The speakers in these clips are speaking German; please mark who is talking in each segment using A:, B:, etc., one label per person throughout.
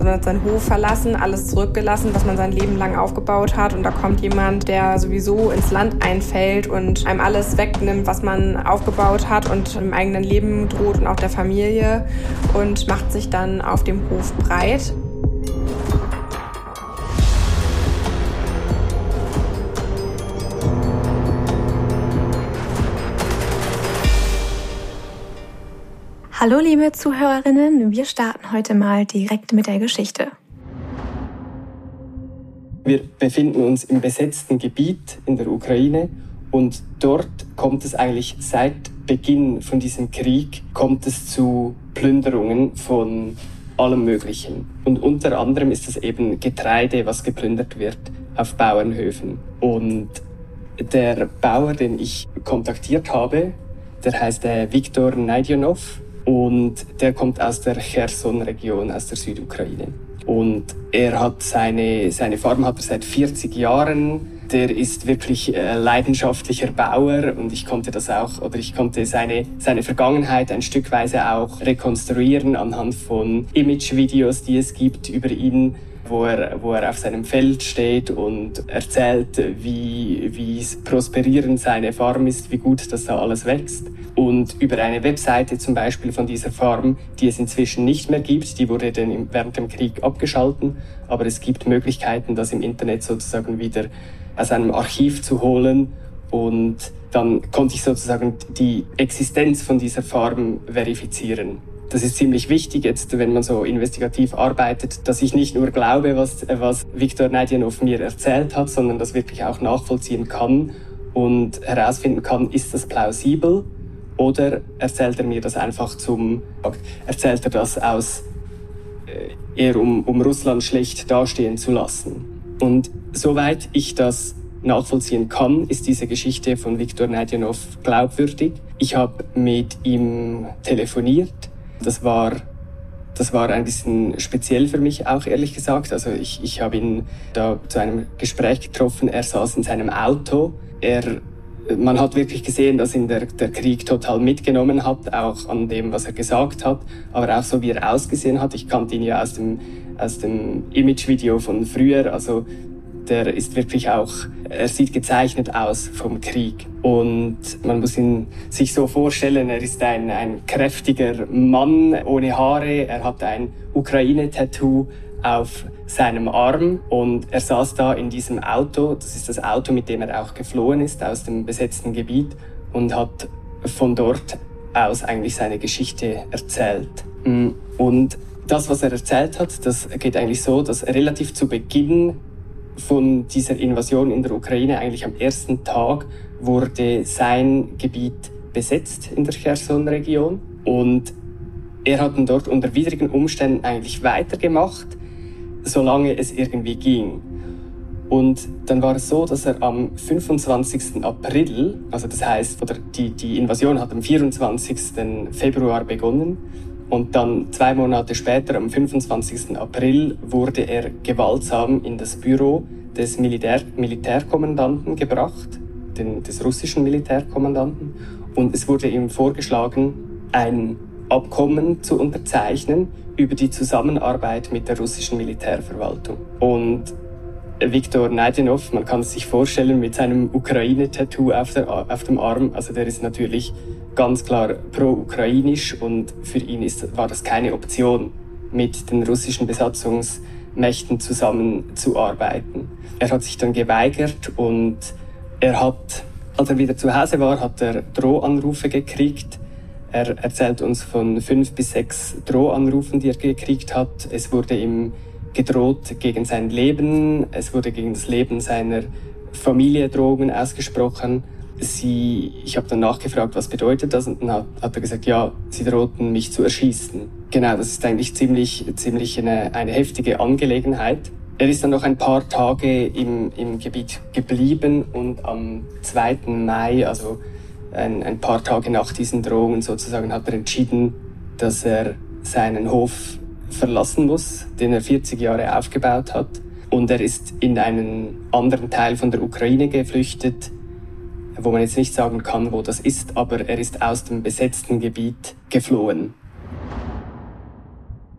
A: man hat seinen Hof verlassen, alles zurückgelassen, was man sein Leben lang aufgebaut hat. Und da kommt jemand, der sowieso ins Land einfällt und einem alles wegnimmt, was man aufgebaut hat und im eigenen Leben droht und auch der Familie und macht sich dann auf dem Hof breit.
B: Hallo liebe Zuhörerinnen, wir starten heute mal direkt mit der Geschichte.
C: Wir befinden uns im besetzten Gebiet in der Ukraine und dort kommt es eigentlich seit Beginn von diesem Krieg kommt es zu Plünderungen von allem Möglichen. Und unter anderem ist es eben Getreide, was geplündert wird auf Bauernhöfen. Und der Bauer, den ich kontaktiert habe, der heißt Viktor Naidionov. Und der kommt aus der Cherson-Region, aus der Südukraine. Und er hat seine Farm hat er seit 40 Jahren. Der ist wirklich leidenschaftlicher Bauer und ich konnte seine Vergangenheit ein Stückweise auch rekonstruieren anhand von Imagevideos, die es gibt über ihn, wo er auf seinem Feld steht und erzählt, wie prosperierend seine Farm ist, wie gut das da alles wächst. Und über eine Webseite zum Beispiel von dieser Farm, die es inzwischen nicht mehr gibt, die wurde dann während dem Krieg abgeschaltet, aber es gibt Möglichkeiten, das im Internet sozusagen wieder aus einem Archiv zu holen. Und dann konnte ich sozusagen die Existenz von dieser Farm verifizieren. Das ist ziemlich wichtig jetzt, wenn man so investigativ arbeitet, dass ich nicht nur glaube, was Viktor Naidionov mir erzählt hat, sondern das wirklich auch nachvollziehen kann und herausfinden kann, ist das plausibel oder erzählt er mir das einfach erzählt er das aus eher um Russland schlecht dastehen zu lassen. Und soweit ich das nachvollziehen kann, ist diese Geschichte von Viktor Naidionov glaubwürdig. Ich habe mit ihm telefoniert. Das war ein bisschen speziell für mich auch, ehrlich gesagt. Also ich habe ihn da zu einem Gespräch getroffen. Er saß in seinem Auto. Man hat wirklich gesehen, dass ihn der Krieg total mitgenommen hat, auch an dem, was er gesagt hat, aber auch so, wie er ausgesehen hat. Ich kannte ihn ja aus dem Imagevideo von früher. Also der ist wirklich er sieht gezeichnet aus vom Krieg. Und man muss ihn sich so vorstellen, er ist ein kräftiger Mann ohne Haare, er hat ein Ukraine-Tattoo auf seinem Arm und er saß da in diesem Auto, das ist das Auto, mit dem er auch geflohen ist aus dem besetzten Gebiet und hat von dort aus eigentlich seine Geschichte erzählt. Und das, was er erzählt hat, das geht eigentlich so, dass relativ zu Beginn von dieser Invasion in der Ukraine, eigentlich am ersten Tag, wurde sein Gebiet besetzt in der Cherson-Region. Und er hat dann dort unter widrigen Umständen eigentlich weitergemacht, solange es irgendwie ging. Und dann war es so, dass er am 25. April, also das heißt, die Invasion hat am 24. Februar begonnen. Und dann 2 Monate später, am 25. April, wurde er gewaltsam in das Büro des Militärkommandanten gebracht, des russischen Militärkommandanten. Und es wurde ihm vorgeschlagen, ein Abkommen zu unterzeichnen über die Zusammenarbeit mit der russischen Militärverwaltung. Und Viktor Naidionov, man kann es sich vorstellen, mit seinem Ukraine-Tattoo auf dem Arm, also der ist natürlich ganz klar pro-ukrainisch und für ihn war das keine Option, mit den russischen Besatzungsmächten zusammenzuarbeiten. Er hat sich dann geweigert und als er wieder zu Hause war, hat er Drohanrufe gekriegt. Er erzählt uns von 5 bis 6 Drohanrufen, die er gekriegt hat. Es wurde ihm gedroht gegen sein Leben, es wurde gegen das Leben seiner Familie Drohungen ausgesprochen. Ich habe dann nachgefragt, was bedeutet das, und dann hat er gesagt, ja, sie drohten mich zu erschießen. Genau, das ist eigentlich ziemlich eine heftige Angelegenheit. Er ist dann noch ein paar Tage im Gebiet geblieben und am 2. Mai, also ein paar Tage nach diesen Drohungen sozusagen, hat er entschieden, dass er seinen Hof verlassen muss, den er 40 Jahre aufgebaut hat. Und er ist in einen anderen Teil von der Ukraine geflüchtet, wo man jetzt nicht sagen kann, wo das ist, aber er ist aus dem besetzten Gebiet geflohen.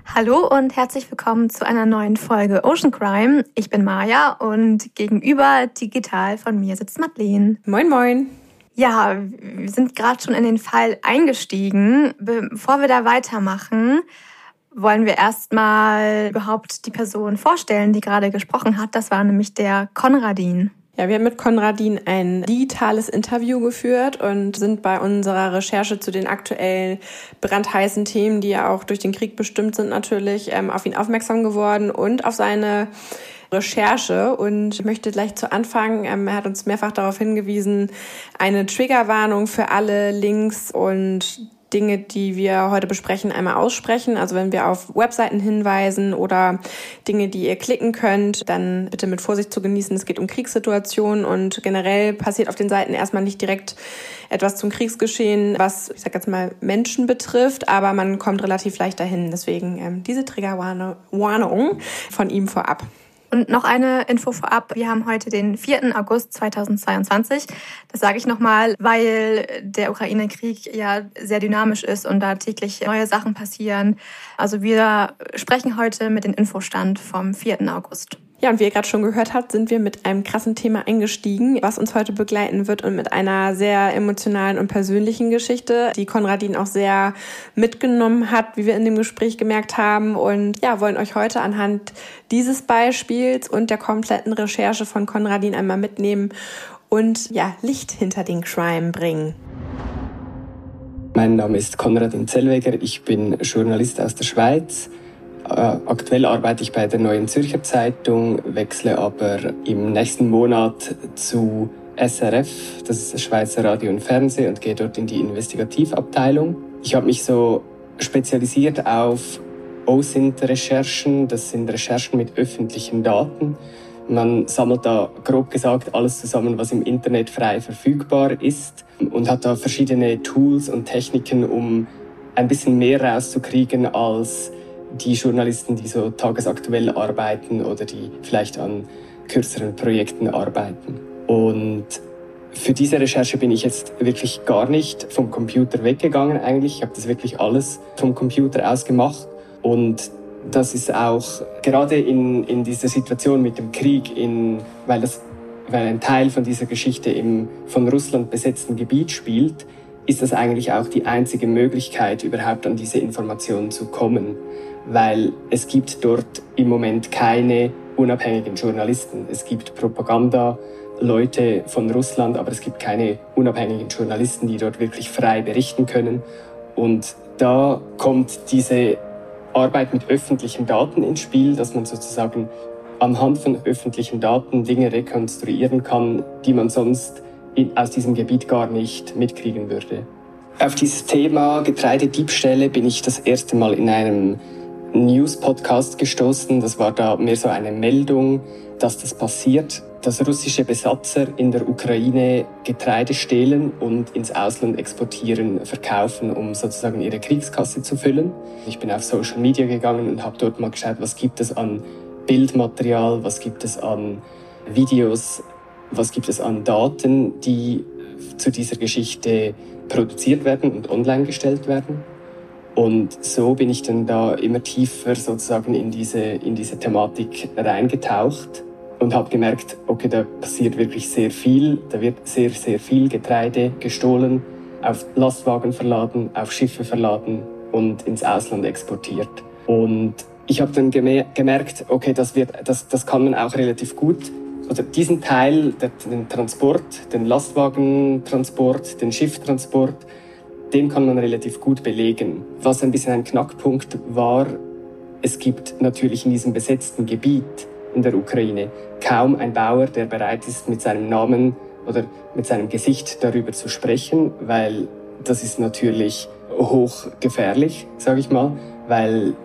B: Hallo und herzlich willkommen zu einer neuen Folge Ocean Crime. Ich bin Maja und gegenüber digital von mir sitzt Madeleine.
A: Moin, moin.
B: Ja, wir sind gerade schon in den Fall eingestiegen. Bevor wir da weitermachen, wollen wir erstmal überhaupt die Person vorstellen, die gerade gesprochen hat. Das war nämlich der Konradin.
A: Ja, wir haben mit Konradin ein digitales Interview geführt und sind bei unserer Recherche zu den aktuell brandheißen Themen, die ja auch durch den Krieg bestimmt sind, natürlich auf ihn aufmerksam geworden und auf seine Recherche. Und ich möchte gleich zu Anfang, er hat uns mehrfach darauf hingewiesen, eine Triggerwarnung für alle Links und Dinge, die wir heute besprechen, einmal aussprechen. Also wenn wir auf Webseiten hinweisen oder Dinge, die ihr klicken könnt, dann bitte mit Vorsicht zu genießen. Es geht um Kriegssituationen und generell passiert auf den Seiten erstmal nicht direkt etwas zum Kriegsgeschehen, was, ich sag jetzt mal, Menschen betrifft, aber man kommt relativ leicht dahin. Deswegen diese Triggerwarnung von ihm vorab.
B: Und noch eine Info vorab. Wir haben heute den 4. August 2022. Das sage ich nochmal, weil der Ukraine-Krieg ja sehr dynamisch ist und da täglich neue Sachen passieren. Also wir sprechen heute mit dem Infostand vom 4. August.
A: Ja, und wie ihr gerade schon gehört habt, sind wir mit einem krassen Thema eingestiegen, was uns heute begleiten wird und mit einer sehr emotionalen und persönlichen Geschichte, die Konradin auch sehr mitgenommen hat, wie wir in dem Gespräch gemerkt haben. Und ja, wollen euch heute anhand dieses Beispiels und der kompletten Recherche von Konradin einmal mitnehmen und ja, Licht hinter den Crime bringen.
C: Mein Name ist Konradin Zellweger, ich bin Journalist aus der Schweiz. Aktuell arbeite ich bei der Neuen Zürcher Zeitung, wechsle aber im nächsten Monat zu SRF, das ist das Schweizer Radio und Fernsehen, und gehe dort in die Investigativabteilung. Ich habe mich so spezialisiert auf OSINT-Recherchen, das sind Recherchen mit öffentlichen Daten. Man sammelt da grob gesagt alles zusammen, was im Internet frei verfügbar ist, und hat da verschiedene Tools und Techniken, um ein bisschen mehr rauszukriegen als die Journalisten, die so tagesaktuell arbeiten oder die vielleicht an kürzeren Projekten arbeiten. Und für diese Recherche bin ich jetzt wirklich gar nicht vom Computer weggegangen eigentlich. Ich habe das wirklich alles vom Computer aus gemacht. Und das ist auch gerade in dieser Situation mit dem Krieg, weil ein Teil von dieser Geschichte im von Russland besetzten Gebiet spielt, ist das eigentlich auch die einzige Möglichkeit, überhaupt an diese Informationen zu kommen. Weil es gibt dort im Moment keine unabhängigen Journalisten. Es gibt Propaganda-Leute von Russland, aber es gibt keine unabhängigen Journalisten, die dort wirklich frei berichten können. Und da kommt diese Arbeit mit öffentlichen Daten ins Spiel, dass man sozusagen anhand von öffentlichen Daten Dinge rekonstruieren kann, die man sonst aus diesem Gebiet gar nicht mitkriegen würde. Auf dieses Thema Getreidediebstähle bin ich das erste Mal in einem News-Podcast gestoßen. Das war da mehr so eine Meldung, dass das passiert, dass russische Besatzer in der Ukraine Getreide stehlen und ins Ausland exportieren, verkaufen, um sozusagen ihre Kriegskasse zu füllen. Ich bin auf Social Media gegangen und habe dort mal geschaut, was gibt es an Bildmaterial, was gibt es an Videos, was gibt es an Daten, die zu dieser Geschichte produziert werden und online gestellt werden. Und so bin ich dann da immer tiefer sozusagen in diese Thematik reingetaucht und habe gemerkt, okay, da passiert wirklich sehr viel. Da wird sehr, sehr viel Getreide gestohlen, auf Lastwagen verladen, auf Schiffe verladen und ins Ausland exportiert. Und ich habe dann gemerkt, okay, das kann man auch relativ gut, oder diesen Teil, den Transport, den Lastwagentransport, den Schifftransport, den kann man relativ gut belegen. Was ein bisschen ein Knackpunkt war, es gibt natürlich in diesem besetzten Gebiet in der Ukraine kaum ein Bauer, der bereit ist, mit seinem Namen oder mit seinem Gesicht darüber zu sprechen, weil das ist natürlich hochgefährlich, sage ich mal, weil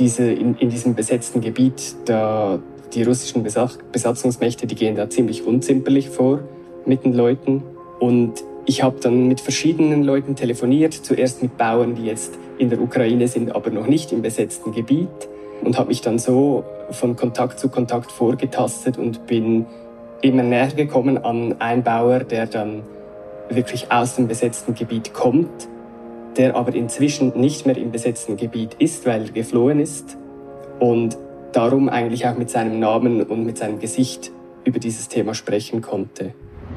C: in diesem besetzten Gebiet, da die russischen Besatzungsmächte, die gehen da ziemlich unzimperlich vor mit den Leuten. Und ich habe dann mit verschiedenen Leuten telefoniert, zuerst mit Bauern, die jetzt in der Ukraine sind, aber noch nicht im besetzten Gebiet, und habe mich dann so von Kontakt zu Kontakt vorgetastet und bin immer näher gekommen an einen Bauer, der dann wirklich aus dem besetzten Gebiet kommt, der aber inzwischen nicht mehr im besetzten Gebiet ist, weil er geflohen ist und darum eigentlich auch mit seinem Namen und mit seinem Gesicht über dieses Thema sprechen konnte.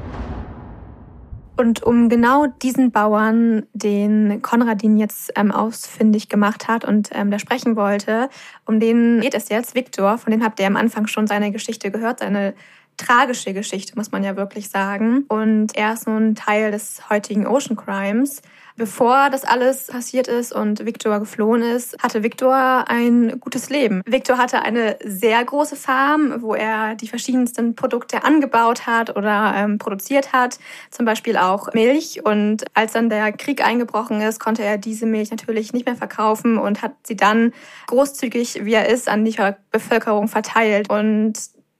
B: Und um genau diesen Bauern, den Konradin jetzt ausfindig gemacht hat und der sprechen wollte, um den geht es jetzt. Viktor, von dem habt ihr am Anfang schon seine Geschichte gehört, seine tragische Geschichte, muss man ja wirklich sagen. Und er ist nun Teil des heutigen Ocean Crimes. Bevor das alles passiert ist und Viktor geflohen ist, hatte Viktor ein gutes Leben. Viktor hatte eine sehr große Farm, wo er die verschiedensten Produkte angebaut hat oder produziert hat, zum Beispiel auch Milch. Und als dann der Krieg eingebrochen ist, konnte er diese Milch natürlich nicht mehr verkaufen und hat sie dann großzügig, wie er ist, an die Bevölkerung verteilt. Und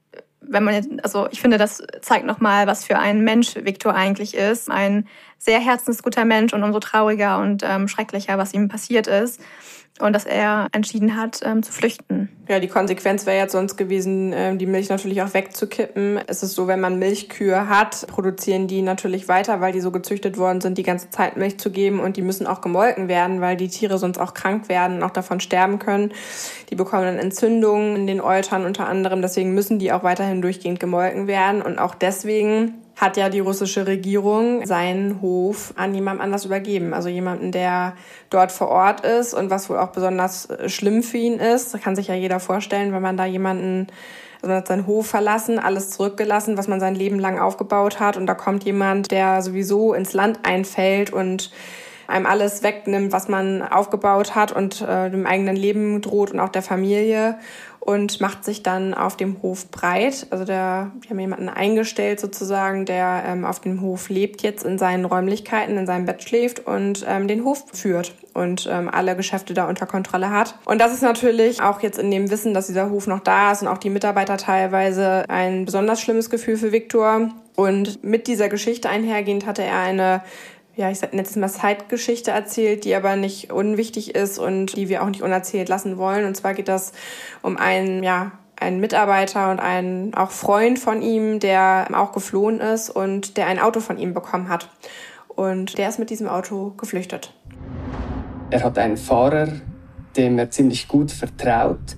B: ich finde, das zeigt nochmal, was für ein Mensch Viktor eigentlich ist. Ein sehr herzensguter Mensch und umso trauriger und schrecklicher, was ihm passiert ist. Und dass er entschieden hat, zu flüchten.
A: Ja, die Konsequenz wäre jetzt sonst gewesen, die Milch natürlich auch wegzukippen. Es ist so, wenn man Milchkühe hat, produzieren die natürlich weiter, weil die so gezüchtet worden sind, die ganze Zeit Milch zu geben. Und die müssen auch gemolken werden, weil die Tiere sonst auch krank werden und auch davon sterben können. Die bekommen dann Entzündungen in den Eutern unter anderem. Deswegen müssen die auch weiterhin durchgehend gemolken werden. Und auch deswegen hat ja die russische Regierung seinen Hof an jemandem anders übergeben. Also jemanden, der dort vor Ort ist und was wohl auch besonders schlimm für ihn ist. Da kann sich ja jeder vorstellen, wenn man da jemanden, also man hat seinen Hof verlassen, alles zurückgelassen, was man sein Leben lang aufgebaut hat. Und da kommt jemand, der sowieso ins Land einfällt und einem alles wegnimmt, was man aufgebaut hat und dem eigenen Leben droht und auch der Familie und macht sich dann auf dem Hof breit. Also die haben jemanden eingestellt sozusagen, der auf dem Hof lebt jetzt in seinen Räumlichkeiten, in seinem Bett schläft und den Hof führt und alle Geschäfte da unter Kontrolle hat. Und das ist natürlich auch jetzt in dem Wissen, dass dieser Hof noch da ist und auch die Mitarbeiter teilweise ein besonders schlimmes Gefühl für Viktor. Und mit dieser Geschichte einhergehend hatte er eine, ich nenne es mal Zeitgeschichte erzählt, die aber nicht unwichtig ist und die wir auch nicht unerzählt lassen wollen. Und zwar geht das um einen Mitarbeiter und einen auch Freund von ihm, der auch geflohen ist und der ein Auto von ihm bekommen hat. Und der ist mit diesem Auto geflüchtet.
C: Er hat einen Fahrer, dem er ziemlich gut vertraut.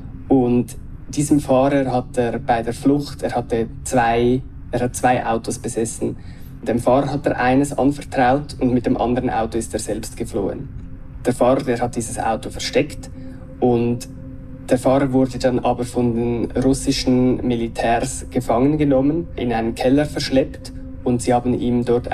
C: Und diesem Fahrer hat er bei der Flucht, er hat zwei Autos besessen. Dem Fahrer hat er eines anvertraut und mit dem anderen Auto ist er selbst geflohen. Der Fahrer, der hat dieses Auto versteckt und der Fahrer wurde dann aber von den russischen Militärs gefangen genommen, in einen Keller verschleppt und sie haben ihn dort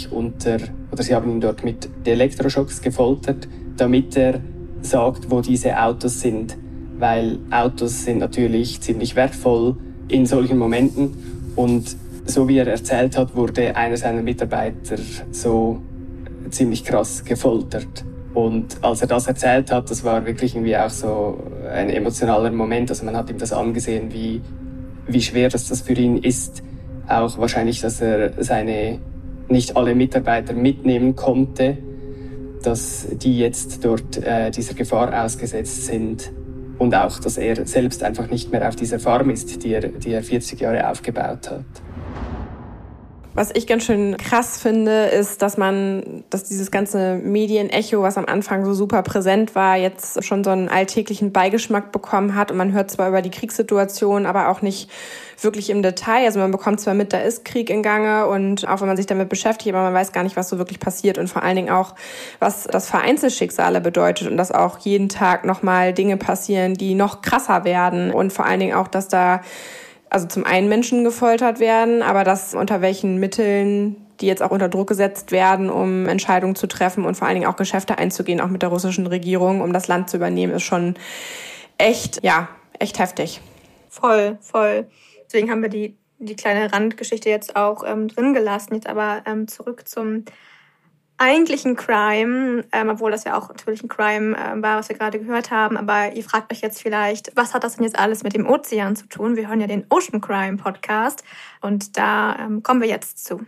C: mit Elektroschocks gefoltert, damit er sagt, wo diese Autos sind. Weil Autos sind natürlich ziemlich wertvoll in solchen Momenten und so wie er erzählt hat, wurde einer seiner Mitarbeiter so ziemlich krass gefoltert. Und als er das erzählt hat, das war wirklich irgendwie auch so ein emotionaler Moment. Also man hat ihm das angesehen, wie schwer das für ihn ist. Auch wahrscheinlich, dass er nicht alle Mitarbeiter mitnehmen konnte, dass die jetzt dort dieser Gefahr ausgesetzt sind. Und auch, dass er selbst einfach nicht mehr auf dieser Farm ist, die er 40 Jahre aufgebaut hat.
A: Was ich ganz schön krass finde, ist, dass dieses ganze Medienecho, was am Anfang so super präsent war, jetzt schon so einen alltäglichen Beigeschmack bekommen hat. Und man hört zwar über die Kriegssituation, aber auch nicht wirklich im Detail. Also man bekommt zwar mit, da ist Krieg in Gange und auch wenn man sich damit beschäftigt, aber man weiß gar nicht, was so wirklich passiert und vor allen Dingen auch, was das für Einzelschicksale bedeutet und dass auch jeden Tag nochmal Dinge passieren, die noch krasser werden und vor allen Dingen auch, dass da also zum einen Menschen gefoltert werden, aber das unter welchen Mitteln die jetzt auch unter Druck gesetzt werden, um Entscheidungen zu treffen und vor allen Dingen auch Geschäfte einzugehen, auch mit der russischen Regierung, um das Land zu übernehmen, ist schon echt heftig.
B: Voll. Deswegen haben wir die kleine Randgeschichte jetzt auch drin gelassen. Jetzt aber zurück zum eigentlichen Crime, obwohl das ja auch natürlich ein Crime war, was wir gerade gehört haben. Aber ihr fragt euch jetzt vielleicht, was hat das denn jetzt alles mit dem Ozean zu tun? Wir hören ja den Ocean Crime Podcast und da kommen wir jetzt zu.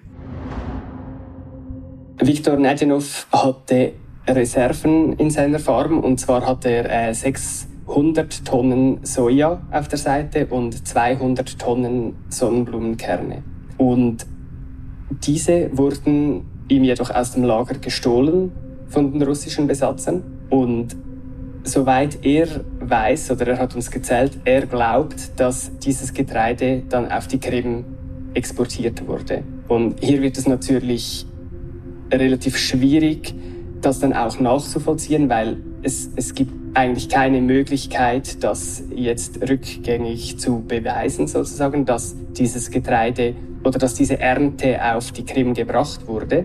C: Viktor Nadjenov hatte Reserven in seiner Farm und zwar hatte er 600 Tonnen Soja auf der Seite und 200 Tonnen Sonnenblumenkerne. Und diese wurden ihm jedoch aus dem Lager gestohlen von den russischen Besatzern. Und soweit er weiß, oder er hat uns erzählt, er glaubt, dass dieses Getreide dann auf die Krim exportiert wurde. Und hier wird es natürlich relativ schwierig, das dann auch nachzuvollziehen, weil es gibt eigentlich keine Möglichkeit, das jetzt rückgängig zu beweisen, sozusagen, dass dieses Getreide oder dass diese Ernte auf die Krim gebracht wurde,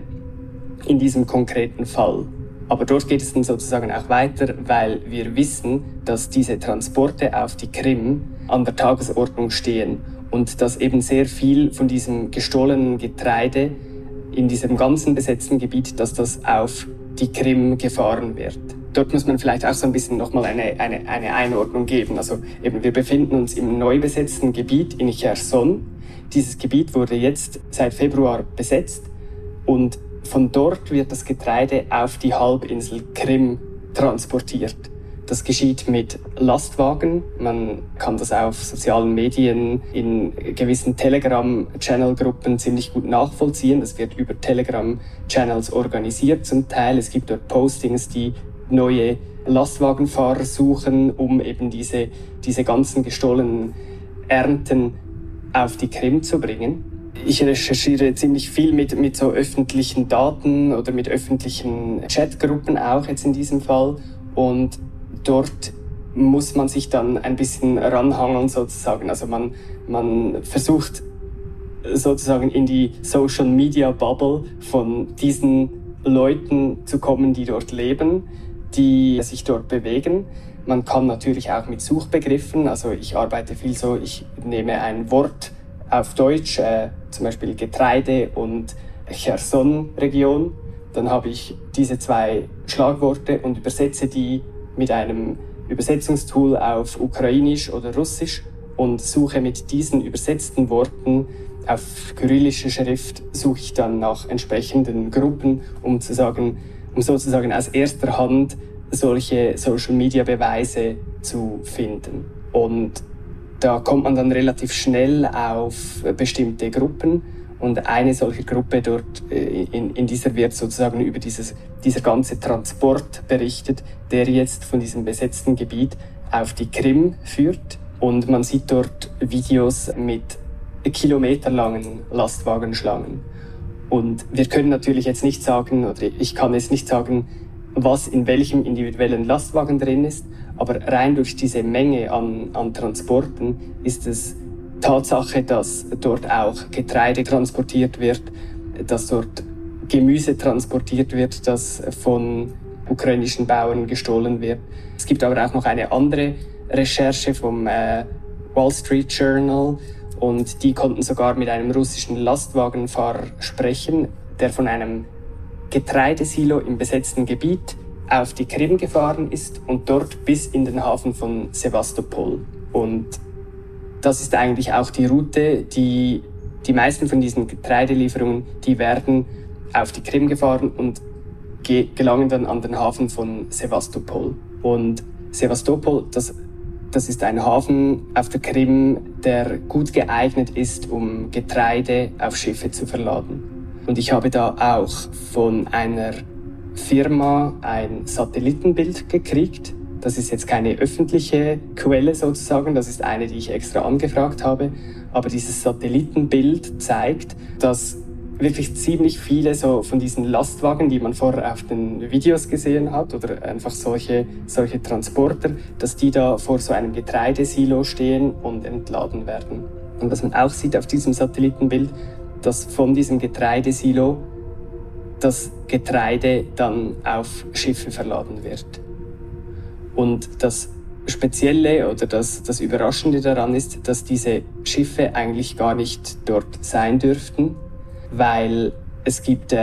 C: in diesem konkreten Fall. Aber dort geht es dann sozusagen auch weiter, weil wir wissen, dass diese Transporte auf die Krim an der Tagesordnung stehen und dass eben sehr viel von diesem gestohlenen Getreide in diesem ganzen besetzten Gebiet, dass das auf die Krim gefahren wird. Dort muss man vielleicht auch so ein bisschen nochmal eine Einordnung geben. Also eben, wir befinden uns im neu besetzten Gebiet in Cherson. Dieses Gebiet wurde jetzt seit Februar besetzt und von dort wird das Getreide auf die Halbinsel Krim transportiert. Das geschieht mit Lastwagen. Man kann das auf sozialen Medien in gewissen Telegram-Channel-Gruppen ziemlich gut nachvollziehen. Das wird über Telegram-Channels organisiert zum Teil. Es gibt dort Postings, die neue Lastwagenfahrer suchen, um eben diese ganzen gestohlenen Ernten auf die Krim zu bringen. Ich recherchiere ziemlich viel mit so öffentlichen Daten oder mit öffentlichen Chatgruppen auch jetzt in diesem Fall. Und dort muss man sich dann ein bisschen ranhangeln sozusagen. Also man versucht sozusagen in die Social Media Bubble von diesen Leuten zu kommen, die dort leben, die sich dort bewegen. Man kann natürlich auch mit Suchbegriffen, also ich arbeite viel so, ich nehme ein Wort auf Deutsch, zum Beispiel Getreide und Cherson-Region. Dann habe ich diese zwei Schlagworte und übersetze die mit einem Übersetzungstool auf Ukrainisch oder Russisch und suche mit diesen übersetzten Worten auf kyrillische Schrift, suche ich dann nach entsprechenden Gruppen, um sozusagen aus erster Hand solche Social-Media-Beweise zu finden. Und da kommt man dann relativ schnell auf bestimmte Gruppen und eine solche Gruppe dort, in dieser wird sozusagen über dieser ganze Transport berichtet, der jetzt von diesem besetzten Gebiet auf die Krim führt. Und man sieht dort Videos mit kilometerlangen Lastwagenschlangen. Und wir können natürlich jetzt nicht sagen, oder ich kann jetzt nicht sagen, was in welchem individuellen Lastwagen drin ist, aber rein durch diese Menge an Transporten ist es Tatsache, dass dort auch Getreide transportiert wird, dass dort Gemüse transportiert wird, das von ukrainischen Bauern gestohlen wird. Es gibt aber auch noch eine andere Recherche vom Wall Street Journal und die konnten sogar mit einem russischen Lastwagenfahrer sprechen, der von einem Getreidesilo im besetzten Gebiet auf die Krim gefahren ist und dort bis in den Hafen von Sewastopol. Und das ist eigentlich auch die Route, die meisten von diesen Getreidelieferungen, die werden auf die Krim gefahren und gelangen dann an den Hafen von Sewastopol. Und Sewastopol, das ist ein Hafen auf der Krim, der gut geeignet ist, um Getreide auf Schiffe zu verladen. Und ich habe da auch von einer Firma ein Satellitenbild gekriegt. Das ist jetzt keine öffentliche Quelle sozusagen, das ist eine, die ich extra angefragt habe. Aber dieses Satellitenbild zeigt, dass wirklich ziemlich viele so von diesen Lastwagen, die man vorher auf den Videos gesehen hat, oder einfach solche Transporter, dass die da vor so einem Getreidesilo stehen und entladen werden. Und was man auch sieht auf diesem Satellitenbild, dass von diesem Getreidesilo das Getreide dann auf Schiffe verladen wird. Und das Spezielle oder das Überraschende daran ist, dass diese Schiffe eigentlich gar nicht dort sein dürften, weil es gibt,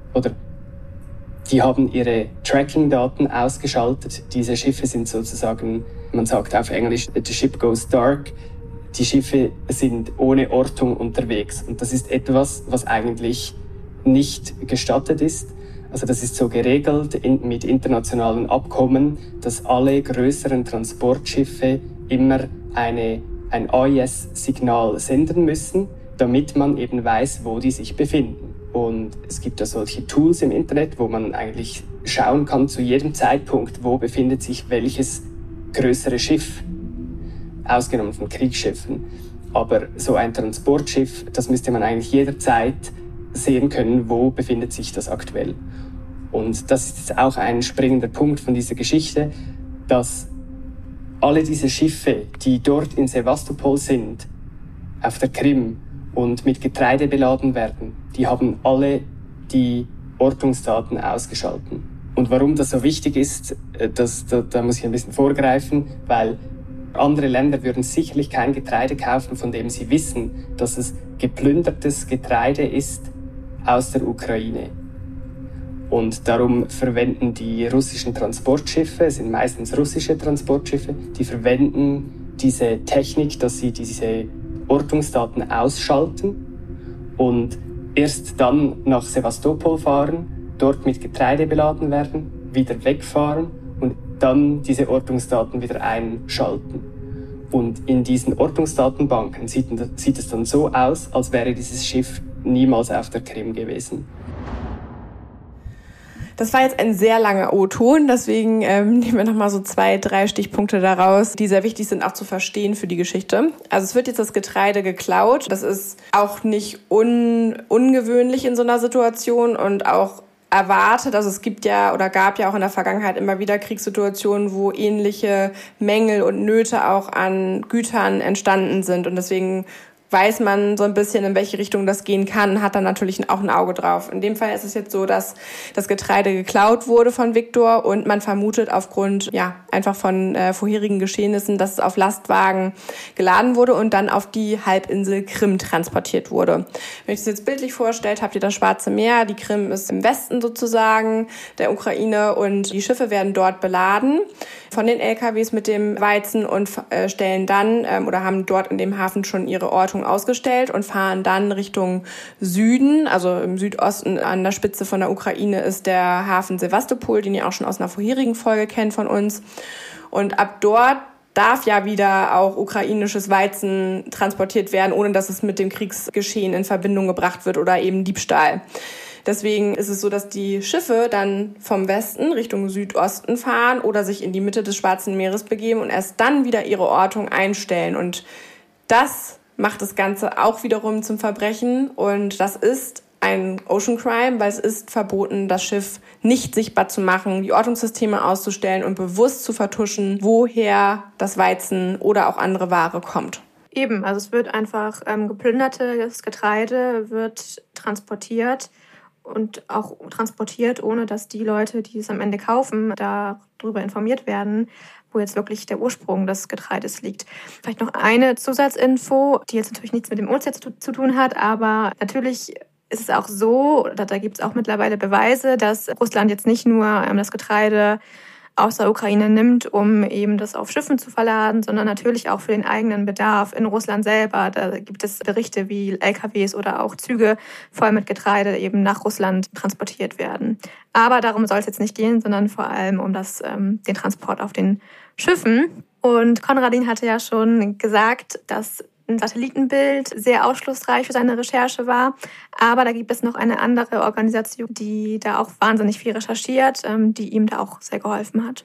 C: die haben ihre Tracking-Daten ausgeschaltet. Diese Schiffe sind sozusagen, man sagt auf Englisch, the ship goes dark. Die Schiffe sind ohne Ortung unterwegs. Und das ist etwas, was eigentlich nicht gestattet ist. Also das ist so geregelt mit internationalen Abkommen, dass alle größeren Transportschiffe immer ein AIS-Signal senden müssen, damit man eben weiß, wo die sich befinden. Und es gibt da solche Tools im Internet, wo man eigentlich schauen kann zu jedem Zeitpunkt, wo befindet sich welches größere Schiff, ausgenommen von Kriegsschiffen. Aber so ein Transportschiff, das müsste man eigentlich jederzeit sehen können, wo befindet sich das aktuell. Und das ist jetzt auch ein springender Punkt von dieser Geschichte, dass alle diese Schiffe, die dort in Sewastopol sind, auf der Krim und mit Getreide beladen werden, die haben alle die Ortungsdaten ausgeschalten. Und warum das so wichtig ist, da muss ich ein bisschen vorgreifen, weil andere Länder würden sicherlich kein Getreide kaufen, von dem sie wissen, dass es geplündertes Getreide ist aus der Ukraine. Und darum verwenden die russischen Transportschiffe, es sind meistens russische Transportschiffe, die verwenden diese Technik, dass sie diese Ortungsdaten ausschalten und erst dann nach Sewastopol fahren, dort mit Getreide beladen werden, wieder wegfahren und dann diese Ortungsdaten wieder einschalten. Und in diesen Ortungsdatenbanken sieht es dann so aus, als wäre dieses Schiff niemals auf der Krim gewesen.
A: Das war jetzt ein sehr langer O-Ton, deswegen nehmen wir nochmal so 2-3 Stichpunkte daraus, die sehr wichtig sind, auch zu verstehen für die Geschichte. Also es wird jetzt das Getreide geklaut. Das ist auch nicht ungewöhnlich in so einer Situation und auch erwartet. Also es gibt ja oder gab ja auch in der Vergangenheit immer wieder Kriegssituationen, wo ähnliche Mängel und Nöte auch an Gütern entstanden sind. Und deswegen weiß man so ein bisschen, in welche Richtung das gehen kann, hat dann natürlich auch ein Auge drauf. In dem Fall ist es jetzt so, dass das Getreide geklaut wurde von Viktor und man vermutet aufgrund einfach von vorherigen Geschehnissen, dass es auf Lastwagen geladen wurde und dann auf die Halbinsel Krim transportiert wurde. Wenn ich das jetzt bildlich vorstellt, habt ihr das Schwarze Meer. Die Krim ist im Westen sozusagen der Ukraine und die Schiffe werden dort beladen von den LKWs mit dem Weizen und stellen dann oder haben dort in dem Hafen schon ihre Ortung ausgestellt und fahren dann Richtung Süden, also im Südosten an der Spitze von der Ukraine ist der Hafen Sewastopol, den ihr auch schon aus einer vorherigen Folge kennt von uns. Und ab dort darf ja wieder auch ukrainisches Weizen transportiert werden, ohne dass es mit dem Kriegsgeschehen in Verbindung gebracht wird oder eben Diebstahl. Deswegen ist es so, dass die Schiffe dann vom Westen Richtung Südosten fahren oder sich in die Mitte des Schwarzen Meeres begeben und erst dann wieder ihre Ortung einstellen. Und das macht das Ganze auch wiederum zum Verbrechen. Und das ist ein Ocean Crime, weil es ist verboten, das Schiff nicht sichtbar zu machen, die Ortungssysteme auszustellen und bewusst zu vertuschen, woher das Weizen oder auch andere Ware kommt.
B: Eben, also es wird einfach geplündertes Getreide wird transportiert und auch transportiert, ohne dass die Leute, die es am Ende kaufen, darüber informiert werden, wo jetzt wirklich der Ursprung des Getreides liegt. Vielleicht noch eine Zusatzinfo, die jetzt natürlich nichts mit dem Ozean zu tun hat, aber natürlich ist es auch so, da gibt es auch mittlerweile Beweise, dass Russland jetzt nicht nur das Getreide aus der Ukraine nimmt, um eben das auf Schiffen zu verladen, sondern natürlich auch für den eigenen Bedarf in Russland selber. Da gibt es Berichte, wie LKWs oder auch Züge voll mit Getreide eben nach Russland transportiert werden. Aber darum soll es jetzt nicht gehen, sondern vor allem um den Transport auf den Schiffen. Und Konradin hatte ja schon gesagt, dass ein Satellitenbild sehr aufschlussreich für seine Recherche war. Aber da gibt es noch eine andere Organisation, die da auch wahnsinnig viel recherchiert, die ihm da auch sehr geholfen hat.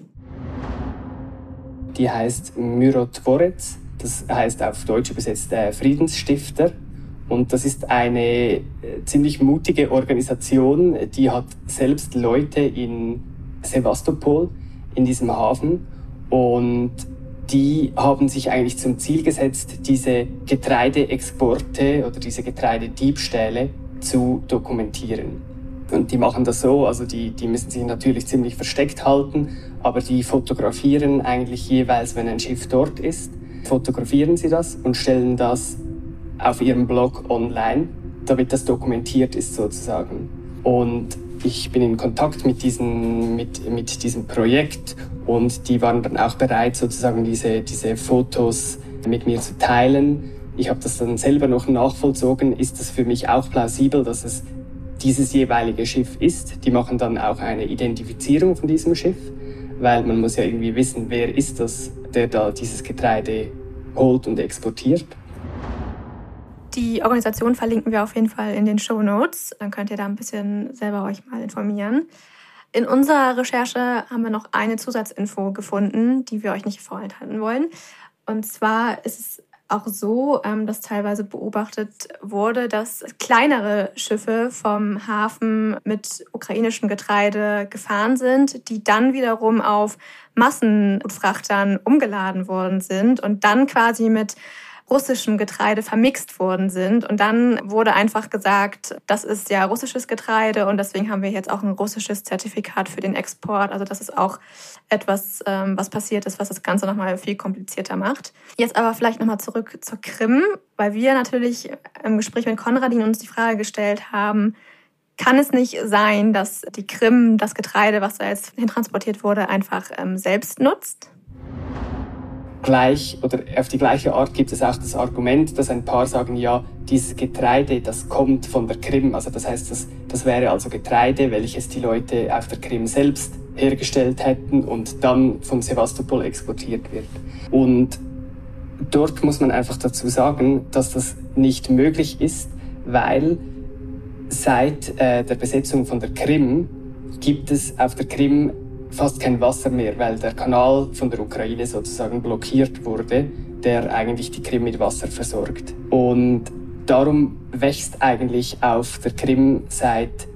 C: Die heißt Mirotvorets, das heißt auf Deutsch übersetzt Friedensstifter. Und das ist eine ziemlich mutige Organisation, die hat selbst Leute in Sewastopol, in diesem Hafen. Und die haben sich eigentlich zum Ziel gesetzt, diese Getreideexporte oder diese Getreidediebstähle zu dokumentieren. Und die machen das so, also die müssen sich natürlich ziemlich versteckt halten, aber die fotografieren eigentlich jeweils, wenn ein Schiff dort ist, fotografieren sie das und stellen das auf ihrem Blog online, damit das dokumentiert ist sozusagen. Und ich bin in Kontakt mit diesem Projekt und die waren dann auch bereit, sozusagen diese Fotos mit mir zu teilen. Ich habe das dann selber noch nachvollzogen. Ist das für mich auch plausibel, dass es dieses jeweilige Schiff ist? Die machen dann auch eine Identifizierung von diesem Schiff, weil man muss ja irgendwie wissen, wer ist das, der da dieses Getreide holt und exportiert.
B: Die Organisation verlinken wir auf jeden Fall in den Shownotes. Dann könnt ihr da ein bisschen selber euch mal informieren. In unserer Recherche haben wir noch eine Zusatzinfo gefunden, die wir euch nicht vorenthalten wollen. Und zwar ist es auch so, dass teilweise beobachtet wurde, dass kleinere Schiffe vom Hafen mit ukrainischem Getreide gefahren sind, die dann wiederum auf Massenfrachtern umgeladen worden sind und dann quasi mit russischem Getreide vermixt worden sind. Und dann wurde einfach gesagt, das ist ja russisches Getreide und deswegen haben wir jetzt auch ein russisches Zertifikat für den Export. Also das ist auch etwas, was passiert ist, was das Ganze nochmal viel komplizierter macht. Jetzt aber vielleicht nochmal zurück zur Krim, weil wir natürlich im Gespräch mit Konradin uns die Frage gestellt haben, kann es nicht sein, dass die Krim das Getreide, was da jetzt hintransportiert wurde, einfach selbst nutzt?
C: Gleich oder auf die gleiche Art gibt es auch das Argument, dass ein paar sagen, ja, dieses Getreide, das kommt von der Krim. Also das heißt, das wäre also Getreide, welches die Leute auf der Krim selbst hergestellt hätten und dann von Sewastopol exportiert wird. Und dort muss man einfach dazu sagen, dass das nicht möglich ist, weil seit der Besetzung von der Krim gibt es auf der Krim fast kein Wasser mehr, weil der Kanal von der Ukraine sozusagen blockiert wurde, der eigentlich die Krim mit Wasser versorgt. Und darum wächst eigentlich auf der Krim seit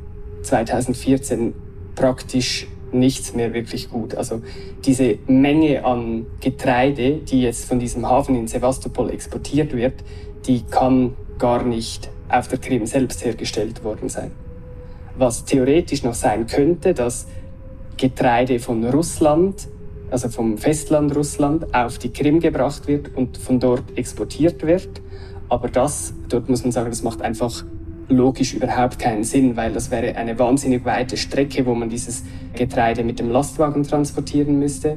C: 2014 praktisch nichts mehr wirklich gut. Also diese Menge an Getreide, die jetzt von diesem Hafen in Sewastopol exportiert wird, die kann gar nicht auf der Krim selbst hergestellt worden sein. Was theoretisch noch sein könnte, dass Getreide von Russland, also vom Festland Russland, auf die Krim gebracht wird und von dort exportiert wird. Aber dort muss man sagen, das macht einfach logisch überhaupt keinen Sinn, weil das wäre eine wahnsinnig weite Strecke, wo man dieses Getreide mit dem Lastwagen transportieren müsste.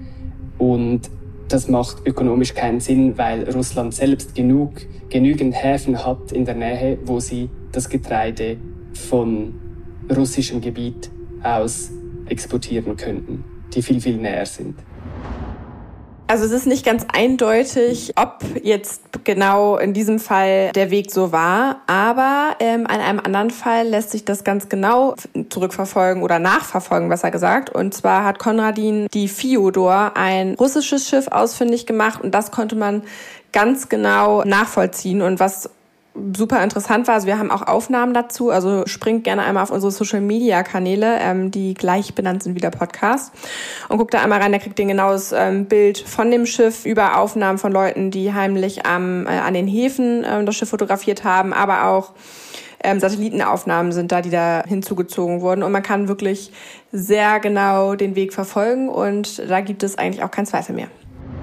C: Und das macht ökonomisch keinen Sinn, weil Russland selbst genügend Häfen hat in der Nähe, wo sie das Getreide von russischem Gebiet aus exportieren könnten, die viel, viel näher sind.
A: Also es ist nicht ganz eindeutig, ob jetzt genau in diesem Fall der Weg so war, aber an einem anderen Fall lässt sich das ganz genau zurückverfolgen oder nachverfolgen, besser gesagt. Und zwar hat Konradin die Fjodor, ein russisches Schiff, ausfindig gemacht und das konnte man ganz genau nachvollziehen. Und was super interessant war, also wir haben auch Aufnahmen dazu, also springt gerne einmal auf unsere Social-Media-Kanäle, die gleich benannt sind wie der Podcast und guckt da einmal rein, da kriegt ihr ein genaues Bild von dem Schiff über Aufnahmen von Leuten, die heimlich an den Häfen das Schiff fotografiert haben, aber auch Satellitenaufnahmen sind da, die da hinzugezogen wurden und man kann wirklich sehr genau den Weg verfolgen und da gibt es eigentlich auch keinen Zweifel mehr.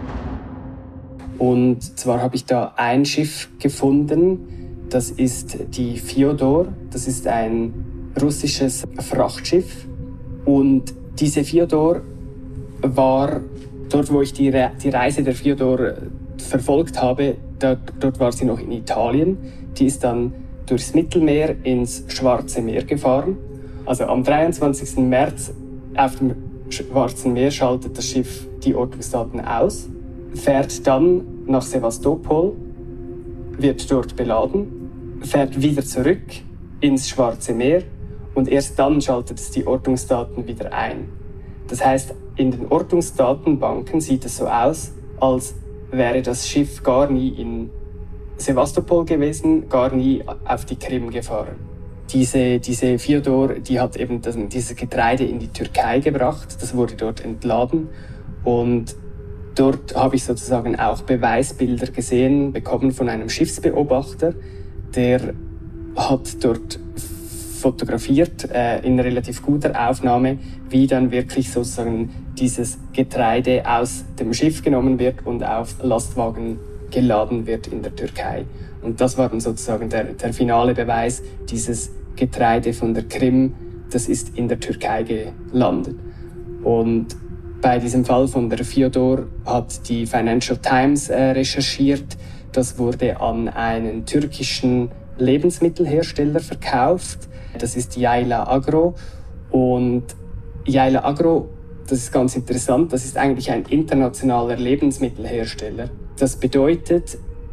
C: Und zwar habe ich da ein Schiff gefunden, das ist die Fjodor, das ist ein russisches Frachtschiff. Und diese Fjodor war dort, wo ich die Reise der Fjodor verfolgt habe, dort war sie noch in Italien. Die ist dann durchs Mittelmeer ins Schwarze Meer gefahren. Also am 23. März auf dem Schwarzen Meer schaltet das Schiff die Ortungsdaten aus, fährt dann nach Sewastopol, wird dort beladen, fährt wieder zurück ins Schwarze Meer und erst dann schaltet es die Ortungsdaten wieder ein. Das heißt, in den Ortungsdatenbanken sieht es so aus, als wäre das Schiff gar nie in Sewastopol gewesen, gar nie auf die Krim gefahren. Diese Fjodor, die hat eben dieses Getreide in die Türkei gebracht, das wurde dort entladen und dort habe ich sozusagen auch Beweisbilder bekommen von einem Schiffsbeobachter, der hat dort fotografiert in relativ guter Aufnahme, wie dann wirklich sozusagen dieses Getreide aus dem Schiff genommen wird und auf Lastwagen geladen wird in der Türkei. Und das war dann sozusagen der finale Beweis, dieses Getreide von der Krim, das ist in der Türkei gelandet. Und bei diesem Fall von der Fjodor hat die Financial Times recherchiert. Das wurde an einen türkischen Lebensmittelhersteller verkauft. Das ist Yayla Agro. Und Yayla Agro, das ist ganz interessant, das ist eigentlich ein internationaler Lebensmittelhersteller. Das bedeutet,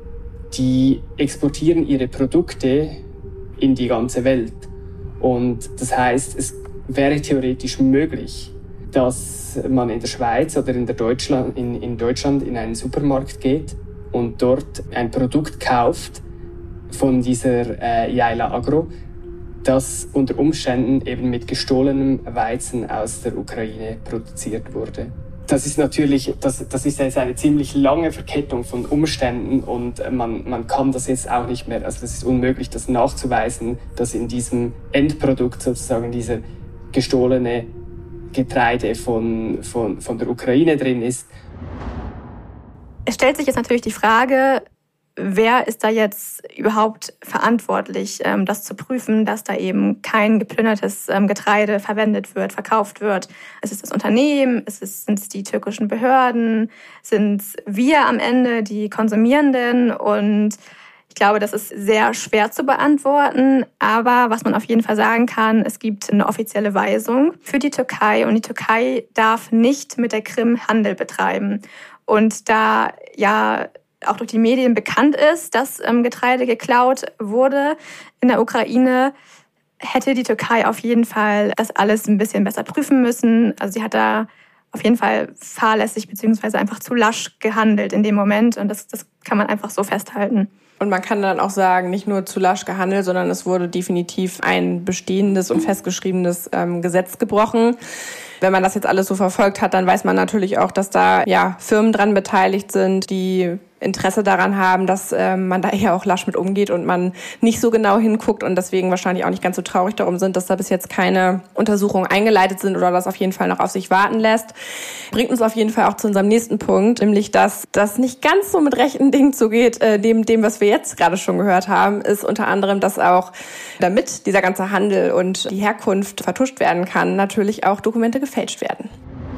C: die exportieren ihre Produkte in die ganze Welt. Und das heißt, es wäre theoretisch möglich, dass man in der Schweiz oder in Deutschland in einen Supermarkt geht und dort ein Produkt kauft von dieser Yaila Agro, das unter Umständen eben mit gestohlenem Weizen aus der Ukraine produziert wurde. Das ist natürlich, das ist jetzt eine ziemlich lange Verkettung von Umständen und man kann das jetzt auch nicht mehr, also das ist unmöglich, das nachzuweisen, dass in diesem Endprodukt sozusagen dieser gestohlene Getreide von der Ukraine drin ist.
B: Es stellt sich jetzt natürlich die Frage, wer ist da jetzt überhaupt verantwortlich, das zu prüfen, dass da eben kein geplündertes Getreide verwendet wird, verkauft wird? Ist es das Unternehmen? Sind es die türkischen Behörden? Sind es wir am Ende, die Konsumierenden? Und ich glaube, das ist sehr schwer zu beantworten. Aber was man auf jeden Fall sagen kann, es gibt eine offizielle Weisung für die Türkei. Und die Türkei darf nicht mit der Krim Handel betreiben. Und da ja auch durch die Medien bekannt ist, dass Getreide geklaut wurde in der Ukraine, hätte die Türkei auf jeden Fall das alles ein bisschen besser prüfen müssen. Also sie hat da auf jeden Fall fahrlässig bzw. einfach zu lasch gehandelt in dem Moment. Und das kann man einfach so festhalten.
A: Und man kann dann auch sagen, nicht nur zu lasch gehandelt, sondern es wurde definitiv ein bestehendes und festgeschriebenes Gesetz gebrochen. Wenn man das jetzt alles so verfolgt hat, dann weiß man natürlich auch, dass da Firmen dran beteiligt sind, die Interesse daran haben, dass man da eher auch lasch mit umgeht und man nicht so genau hinguckt und deswegen wahrscheinlich auch nicht ganz so traurig darum sind, dass da bis jetzt keine Untersuchungen eingeleitet sind oder das auf jeden Fall noch auf sich warten lässt. Bringt uns auf jeden Fall auch zu unserem nächsten Punkt, nämlich dass das nicht ganz so mit rechten Dingen zugeht, dem, was wir jetzt gerade schon gehört haben, ist unter anderem, dass auch, damit dieser ganze Handel und die Herkunft vertuscht werden kann, natürlich auch Dokumente gefälscht werden.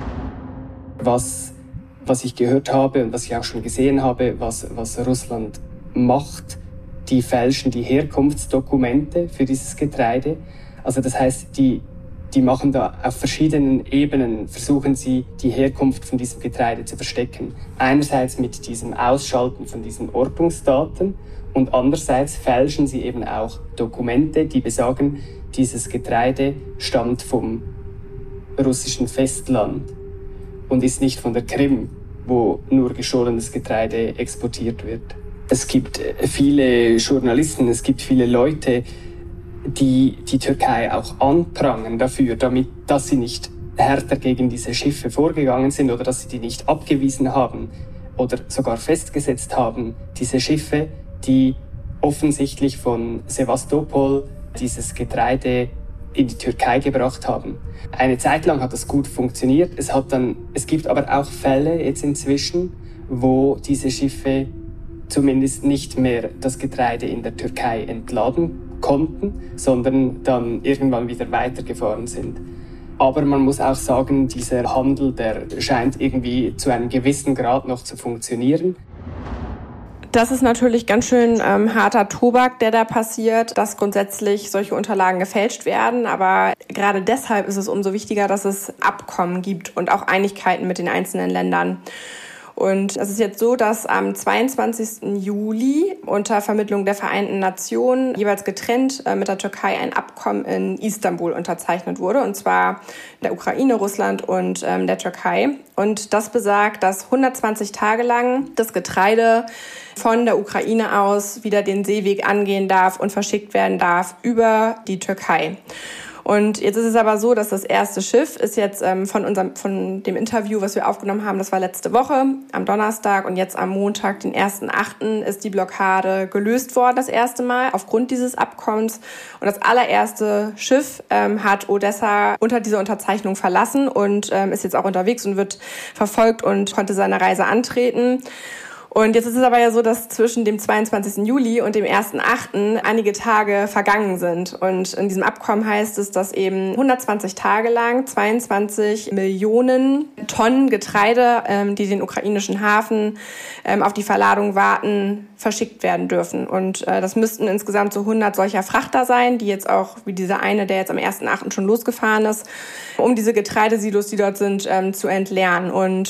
C: Was ich gehört habe und was ich auch schon gesehen habe, was Russland macht, die fälschen die Herkunftsdokumente für dieses Getreide. Also das heißt, die machen da auf verschiedenen Ebenen, versuchen sie, die Herkunft von diesem Getreide zu verstecken. Einerseits mit diesem Ausschalten von diesen Ortungsdaten und andererseits fälschen sie eben auch Dokumente, die besagen, dieses Getreide stammt vom russischen Festland und ist nicht von der Krim, wo nur gestohlenes Getreide exportiert wird. Es gibt viele Journalisten, es gibt viele Leute, die die Türkei auch anprangern dafür, dass sie nicht härter gegen diese Schiffe vorgegangen sind oder dass sie die nicht abgewiesen haben oder sogar festgesetzt haben. Diese Schiffe, die offensichtlich von Sevastopol dieses Getreide in die Türkei gebracht haben. Eine Zeit lang hat das gut funktioniert. Es gibt aber auch Fälle jetzt inzwischen, wo diese Schiffe zumindest nicht mehr das Getreide in der Türkei entladen konnten, sondern dann irgendwann wieder weitergefahren sind. Aber man muss auch sagen, dieser Handel, der scheint irgendwie zu einem gewissen Grad noch zu funktionieren.
A: Das ist natürlich ganz schön harter Tobak, der da passiert, dass grundsätzlich solche Unterlagen gefälscht werden. Aber gerade deshalb ist es umso wichtiger, dass es Abkommen gibt und auch Einigkeiten mit den einzelnen Ländern. Und es ist jetzt so, dass am 22. Juli unter Vermittlung der Vereinten Nationen jeweils getrennt mit der Türkei ein Abkommen in Istanbul unterzeichnet wurde, und zwar der Ukraine, Russland und der Türkei. Und das besagt, dass 120 Tage lang das Getreide von der Ukraine aus wieder den Seeweg angehen darf und verschickt werden darf über die Türkei. Und jetzt ist es aber so, dass das erste Schiff ist jetzt von dem Interview, was wir aufgenommen haben, das war letzte Woche am Donnerstag, und jetzt am Montag, den 1.8., ist die Blockade gelöst worden, das erste Mal, aufgrund dieses Abkommens. Und das allererste Schiff hat Odessa unter dieser Unterzeichnung verlassen und ist jetzt auch unterwegs und wird verfolgt und konnte seine Reise antreten. Und jetzt ist es aber ja so, dass zwischen dem 22. Juli und dem 1.8. einige Tage vergangen sind. Und in diesem Abkommen heißt es, dass eben 120 Tage lang 22 Millionen Tonnen Getreide, die den ukrainischen Hafen auf die Verladung warten, verschickt werden dürfen. Und das müssten insgesamt so 100 solcher Frachter sein, die jetzt auch, wie dieser eine, der jetzt am 1.8. schon losgefahren ist, um diese Getreidesilos, die dort sind, zu entleeren. Und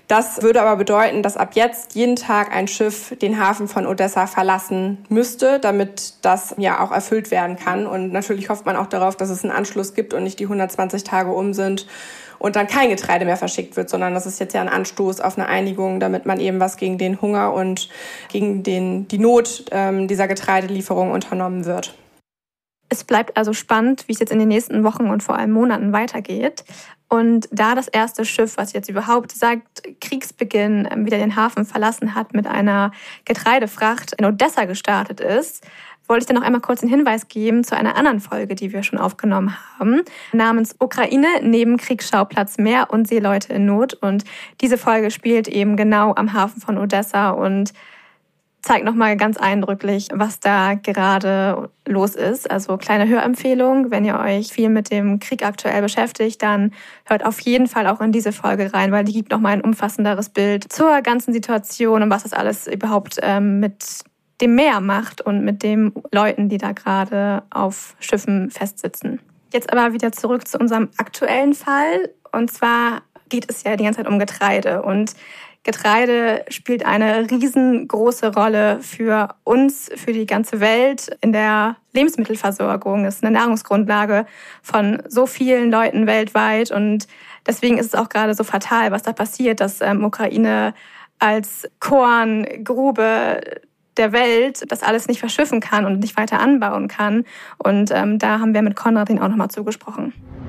A: Das würde aber bedeuten, dass ab jetzt jeden Tag ein Schiff den Hafen von Odessa verlassen müsste, damit das ja auch erfüllt werden kann. Und natürlich hofft man auch darauf, dass es einen Anschluss gibt und nicht die 120 Tage um sind und dann kein Getreide mehr verschickt wird, sondern das ist jetzt ja ein Anstoß auf eine Einigung, damit man eben was gegen den Hunger und gegen die Not dieser Getreidelieferung unternommen wird.
B: Es bleibt also spannend, wie es jetzt in den nächsten Wochen und vor allem Monaten weitergeht. Und da das erste Schiff, was jetzt überhaupt seit Kriegsbeginn wieder den Hafen verlassen hat, mit einer Getreidefracht in Odessa gestartet ist, wollte ich dann noch einmal kurz einen Hinweis geben zu einer anderen Folge, die wir schon aufgenommen haben, namens Ukraine neben Kriegsschauplatz Meer und Seeleute in Not. Und diese Folge spielt eben genau am Hafen von Odessa und zeigt nochmal ganz eindrücklich, was da gerade los ist. Also kleine Hörempfehlung, wenn ihr euch viel mit dem Krieg aktuell beschäftigt, dann hört auf jeden Fall auch in diese Folge rein, weil die gibt nochmal ein umfassenderes Bild zur ganzen Situation und was das alles überhaupt mit dem Meer macht und mit den Leuten, die da gerade auf Schiffen festsitzen. Jetzt aber wieder zurück zu unserem aktuellen Fall. Und zwar geht es ja die ganze Zeit um Getreide. Und Getreide spielt eine riesengroße Rolle für uns, für die ganze Welt in der Lebensmittelversorgung. Es ist eine Nahrungsgrundlage von so vielen Leuten weltweit und deswegen ist es auch gerade so fatal, was da passiert, dass Ukraine als Korngrube der Welt das alles nicht verschiffen kann und nicht weiter anbauen kann. Und da haben wir mit Konradin auch nochmal zugesprochen.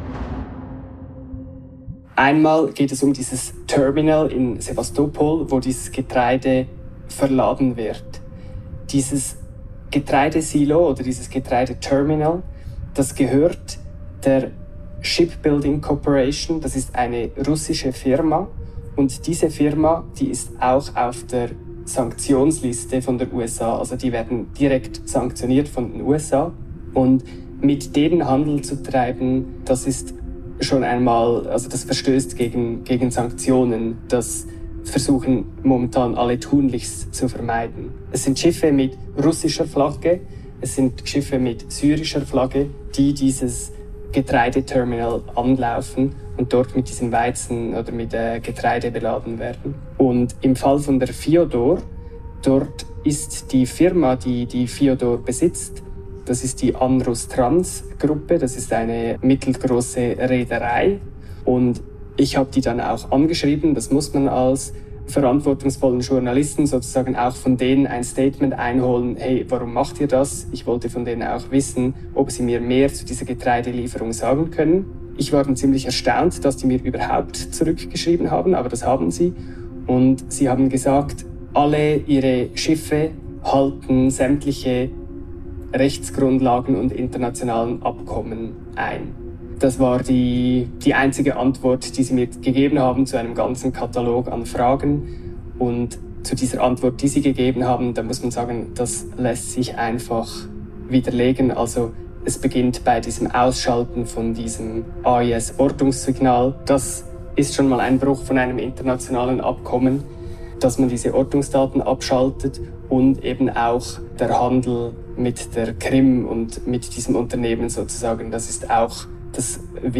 C: Einmal geht es um dieses Terminal in Sevastopol, wo dieses Getreide verladen wird. Dieses Getreidesilo oder dieses Getreideterminal, das gehört der Shipbuilding Corporation, das ist eine russische Firma. Und diese Firma, die ist auch auf der Sanktionsliste von der USA. Also die werden direkt sanktioniert von den USA. Und mit denen Handel zu treiben, das ist schon einmal, also das verstößt gegen Sanktionen. Das versuchen momentan alle tunlichst zu vermeiden. Es sind Schiffe mit russischer Flagge, es sind Schiffe mit syrischer Flagge, die dieses Getreideterminal anlaufen und dort mit diesem Weizen oder mit Getreide beladen werden. Und im Fall von der Fyodor, dort ist die Firma, die Fyodor besitzt, das ist die Anrus Trans Gruppe, das ist eine mittelgroße Reederei. Und ich habe die dann auch angeschrieben, das muss man als verantwortungsvollen Journalisten sozusagen auch von denen ein Statement einholen, hey, warum macht ihr das? Ich wollte von denen auch wissen, ob sie mir mehr zu dieser Getreidelieferung sagen können. Ich war dann ziemlich erstaunt, dass die mir überhaupt zurückgeschrieben haben, aber das haben sie. Und sie haben gesagt, alle ihre Schiffe halten sämtliche Rechtsgrundlagen und internationalen Abkommen ein. Das war die einzige Antwort, die sie mir gegeben haben zu einem ganzen Katalog an Fragen. Und zu dieser Antwort, die sie gegeben haben, da muss man sagen, das lässt sich einfach widerlegen. Also es beginnt bei diesem Ausschalten von diesem AIS-Ortungssignal. Das ist schon mal ein Bruch von einem internationalen Abkommen, dass man diese Ortungsdaten abschaltet und eben auch der Handel mit der Krim und mit diesem Unternehmen sozusagen, das ist auch das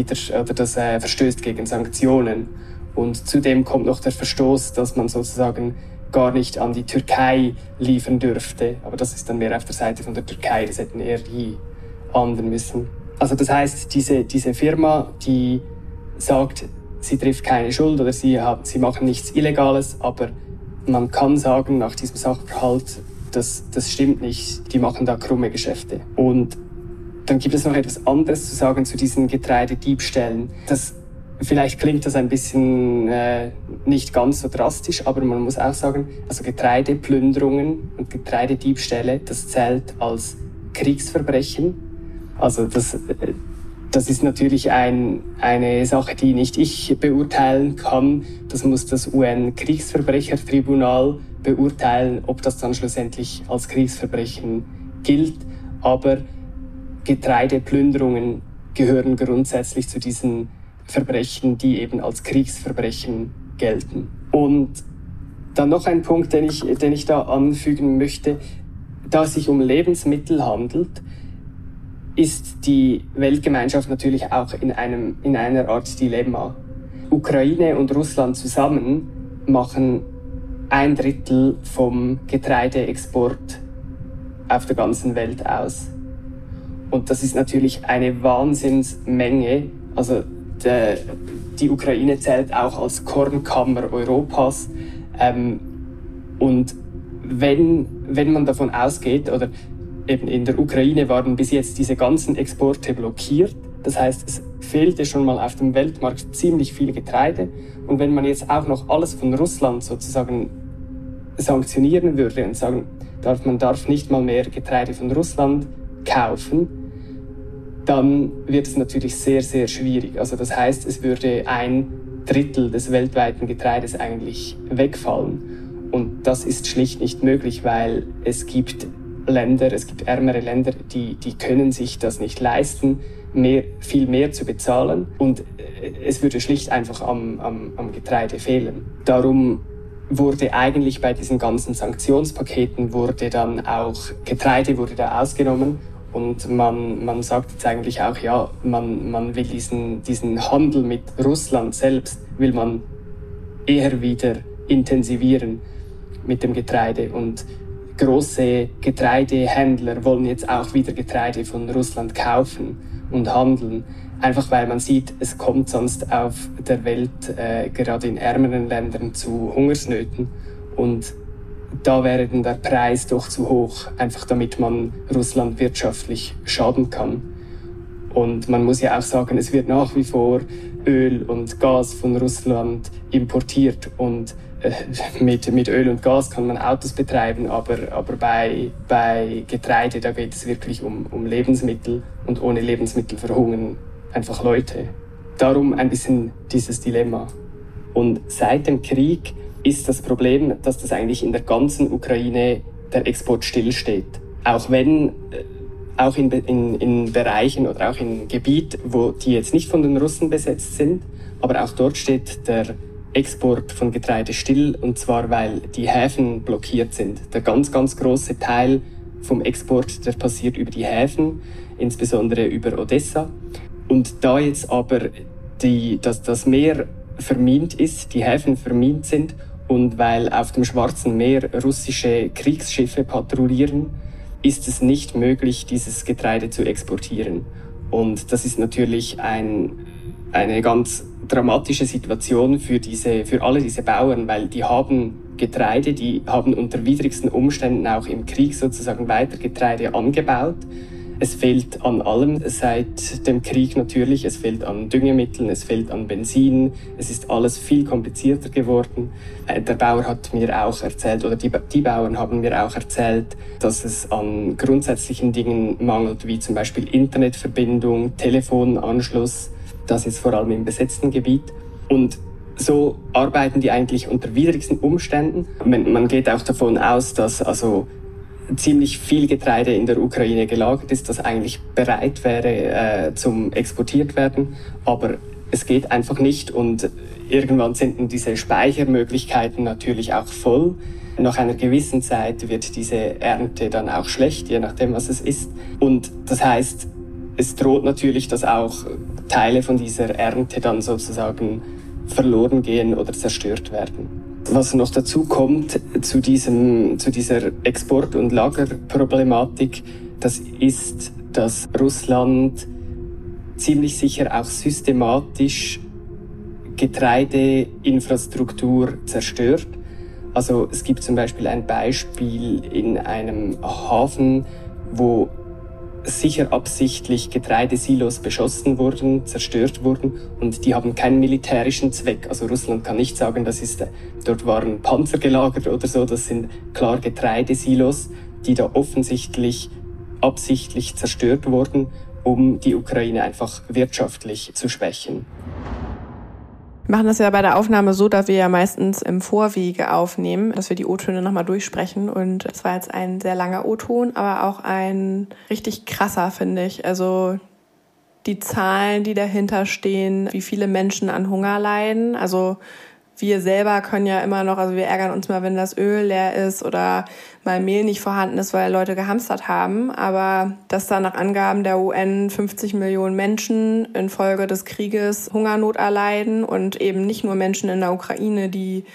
C: verstößt gegen Sanktionen. Und zudem kommt noch der Verstoß, dass man sozusagen gar nicht an die Türkei liefern dürfte. Aber das ist dann mehr auf der Seite von der Türkei, das hätten eher die anderen müssen. Also das heißt, diese Firma, die sagt, sie trifft keine Schuld oder sie machen nichts Illegales, aber man kann sagen, nach diesem Sachverhalt, das stimmt nicht, die machen da krumme Geschäfte. Und dann gibt es noch etwas anderes zu sagen zu diesen Getreidediebstählen. Vielleicht klingt das ein bisschen nicht ganz so drastisch, aber man muss auch sagen, also Getreideplünderungen und Getreidediebstähle, das zählt als Kriegsverbrechen. Also das ist natürlich eine Sache, die nicht ich beurteilen kann. Das muss das UN-Kriegsverbrechertribunal beurteilen, ob das dann schlussendlich als Kriegsverbrechen gilt. Aber Getreideplünderungen gehören grundsätzlich zu diesen Verbrechen, die eben als Kriegsverbrechen gelten. Und dann noch ein Punkt, den ich da anfügen möchte. Da es sich um Lebensmittel handelt, ist die Weltgemeinschaft natürlich auch in einer Art Dilemma. Ukraine und Russland zusammen machen 1/3 vom Getreideexport auf der ganzen Welt aus. Und das ist natürlich eine Wahnsinnsmenge. Also die Ukraine zählt auch als Kornkammer Europas. Und wenn man davon ausgeht, oder eben in der Ukraine waren bis jetzt diese ganzen Exporte blockiert, das heißt, es fehlte schon mal auf dem Weltmarkt ziemlich viel Getreide. Und wenn man jetzt auch noch alles von Russland sozusagen sanktionieren würde und sagen, man darf nicht mal mehr Getreide von Russland kaufen, dann wird es natürlich sehr, sehr schwierig. Also das heißt, es würde 1/3 des weltweiten Getreides eigentlich wegfallen. Und das ist schlicht nicht möglich, weil es gibt ärmere Länder, die können sich das nicht leisten, viel mehr zu bezahlen. Und es würde schlicht einfach am Getreide fehlen. Darum wurde eigentlich bei diesen ganzen Sanktionspaketen Getreide wurde da ausgenommen. Und man sagt jetzt eigentlich auch, ja, man will diesen Handel mit Russland selbst, will man eher wieder intensivieren mit dem Getreide. Und große Getreidehändler wollen jetzt auch wieder Getreide von Russland kaufen und handeln. Einfach weil man sieht, es kommt sonst auf der Welt, gerade in ärmeren Ländern, zu Hungersnöten. Und da wäre dann der Preis doch zu hoch, einfach damit man Russland wirtschaftlich schaden kann. Und man muss ja auch sagen, es wird nach wie vor Öl und Gas von Russland importiert. Und mit Öl und Gas kann man Autos betreiben, aber bei Getreide, da geht es wirklich um Lebensmittel. Und ohne Lebensmittel verhungern einfach Leute. Darum ein bisschen dieses Dilemma. Und seit dem Krieg ist das Problem, dass das eigentlich in der ganzen Ukraine der Export stillsteht. Auch wenn, auch in Bereichen oder auch in Gebieten, die jetzt nicht von den Russen besetzt sind, aber auch dort steht der Export von Getreide still, und zwar, weil die Häfen blockiert sind. Der ganz, ganz große Teil vom Export, der passiert über die Häfen, insbesondere über Odessa. Und da jetzt aber das Meer vermint ist, die Häfen vermint sind, und weil auf dem Schwarzen Meer russische Kriegsschiffe patrouillieren, ist es nicht möglich, dieses Getreide zu exportieren. Und das ist natürlich eine ganz dramatische Situation für alle diese Bauern, weil die haben Getreide, die haben unter widrigsten Umständen auch im Krieg sozusagen weiter Getreide angebaut. Es fehlt an allem seit dem Krieg natürlich. Es fehlt an Düngemitteln, es fehlt an Benzin. Es ist alles viel komplizierter geworden. Der Bauer hat mir auch erzählt, oder die Bauern haben mir auch erzählt, dass es an grundsätzlichen Dingen mangelt, wie zum Beispiel Internetverbindung, Telefonanschluss. Das ist vor allem im besetzten Gebiet. Und so arbeiten die eigentlich unter widrigsten Umständen. Man geht auch davon aus, dass ziemlich viel Getreide in der Ukraine gelagert ist, das eigentlich bereit wäre zum exportiert werden. Aber es geht einfach nicht, und irgendwann sind diese Speichermöglichkeiten natürlich auch voll. Nach einer gewissen Zeit wird diese Ernte dann auch schlecht, je nachdem, was es ist. Und das heißt, es droht natürlich, dass auch Teile von dieser Ernte dann sozusagen verloren gehen oder zerstört werden. Was noch dazu kommt zu dieser Export- und Lagerproblematik, das ist, dass Russland ziemlich sicher auch systematisch Getreideinfrastruktur zerstört. Also es gibt zum Beispiel ein Beispiel in einem Hafen, wo sicher absichtlich Getreidesilos beschossen wurden, zerstört wurden, und die haben keinen militärischen Zweck. Also Russland kann nicht sagen, dort waren Panzer gelagert oder so. Das sind klar Getreidesilos, die da offensichtlich absichtlich zerstört wurden, um die Ukraine einfach wirtschaftlich zu schwächen.
A: Wir machen das ja bei der Aufnahme so, dass wir ja meistens im Vorwege aufnehmen, dass wir die O-Töne nochmal durchsprechen. Und es war jetzt ein sehr langer O-Ton, aber auch ein richtig krasser, finde ich. Also die Zahlen, die dahinter stehen, wie viele Menschen an Hunger leiden. Also wir selber können ja immer noch, also wir ärgern uns mal, wenn das Öl leer ist oder mal Mehl nicht vorhanden ist, weil Leute gehamstert haben. Aber dass da nach Angaben der UN 50 Millionen Menschen infolge des Krieges Hungernot erleiden und eben nicht nur Menschen in der Ukraine, die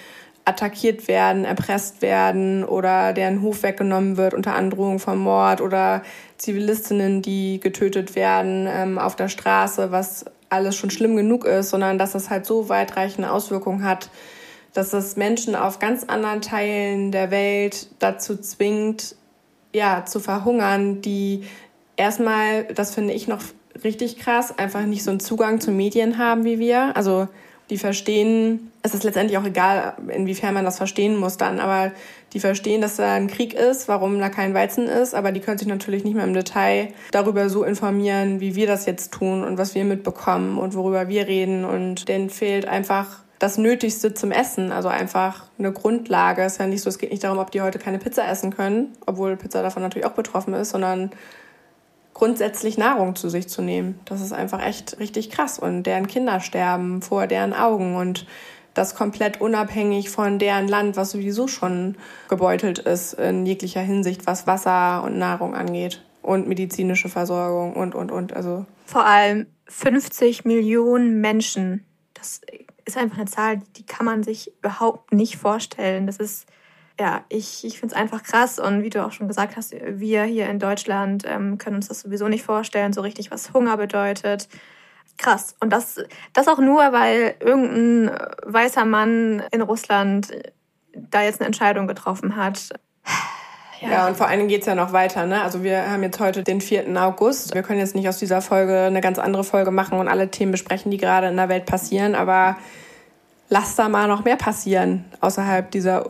A: attackiert werden, erpresst werden oder deren Hof weggenommen wird unter Androhung von Mord oder Zivilistinnen, die getötet werden auf der Straße, was alles schon schlimm genug ist, sondern dass das halt so weitreichende Auswirkungen hat, dass das Menschen auf ganz anderen Teilen der Welt dazu zwingt, zu verhungern, die erstmal, das finde ich noch richtig krass, einfach nicht so einen Zugang zu Medien haben wie wir. Also die verstehen, es ist letztendlich auch egal, inwiefern man das verstehen muss dann, aber die verstehen, dass da ein Krieg ist, warum da kein Weizen ist, aber die können sich natürlich nicht mehr im Detail darüber so informieren, wie wir das jetzt tun und was wir mitbekommen und worüber wir reden. Und denen fehlt einfach das Nötigste zum Essen, also einfach eine Grundlage. Es ist ja nicht so, es geht nicht darum, ob die heute keine Pizza essen können, obwohl Pizza davon natürlich auch betroffen ist, sondern grundsätzlich Nahrung zu sich zu nehmen. Das ist einfach echt richtig krass. Und deren Kinder sterben vor deren Augen und das komplett unabhängig von deren Land, was sowieso schon gebeutelt ist in jeglicher Hinsicht, was Wasser und Nahrung angeht und medizinische Versorgung und. Also
B: vor allem 50 Millionen Menschen. Das ist einfach eine Zahl, die kann man sich überhaupt nicht vorstellen. Das ist, ich finde es einfach krass. Und wie du auch schon gesagt hast, wir hier in Deutschland können uns das sowieso nicht vorstellen, so richtig, was Hunger bedeutet. Krass. Und das auch nur, weil irgendein weißer Mann in Russland da jetzt eine Entscheidung getroffen hat.
A: Ja, und vor allem geht's ja noch weiter, ne? Also wir haben jetzt heute den 4. August. Wir können jetzt nicht aus dieser Folge eine ganz andere Folge machen und alle Themen besprechen, die gerade in der Welt passieren, aber lass da mal noch mehr passieren außerhalb dieses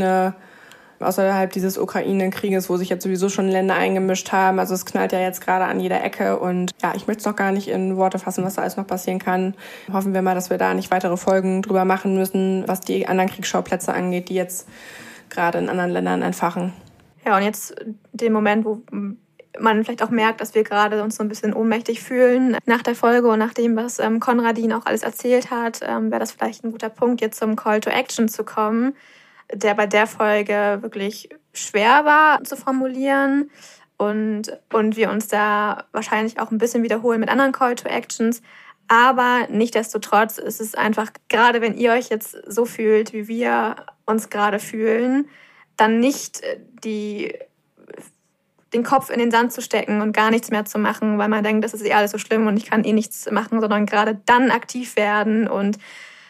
A: Ukraine-Krieges, wo sich jetzt sowieso schon Länder eingemischt haben. Also es knallt ja jetzt gerade an jeder Ecke und ich möchte es noch gar nicht in Worte fassen, was da alles noch passieren kann. Hoffen wir mal, dass wir da nicht weitere Folgen drüber machen müssen, was die anderen Kriegsschauplätze angeht, die jetzt gerade in anderen Ländern entfachen.
B: Ja, und jetzt den Moment, wo man vielleicht auch merkt, dass wir gerade uns so ein bisschen ohnmächtig fühlen nach der Folge und nach dem, was Konradin auch alles erzählt hat, wäre das vielleicht ein guter Punkt, jetzt zum Call to Action zu kommen, der bei der Folge wirklich schwer war zu formulieren und wir uns da wahrscheinlich auch ein bisschen wiederholen mit anderen Call to Actions. Aber nichtsdestotrotz ist es einfach, gerade wenn ihr euch jetzt so fühlt, wie wir uns gerade fühlen, dann nicht den Kopf in den Sand zu stecken und gar nichts mehr zu machen, weil man denkt, das ist alles so schlimm und ich kann nichts machen, sondern gerade dann aktiv werden und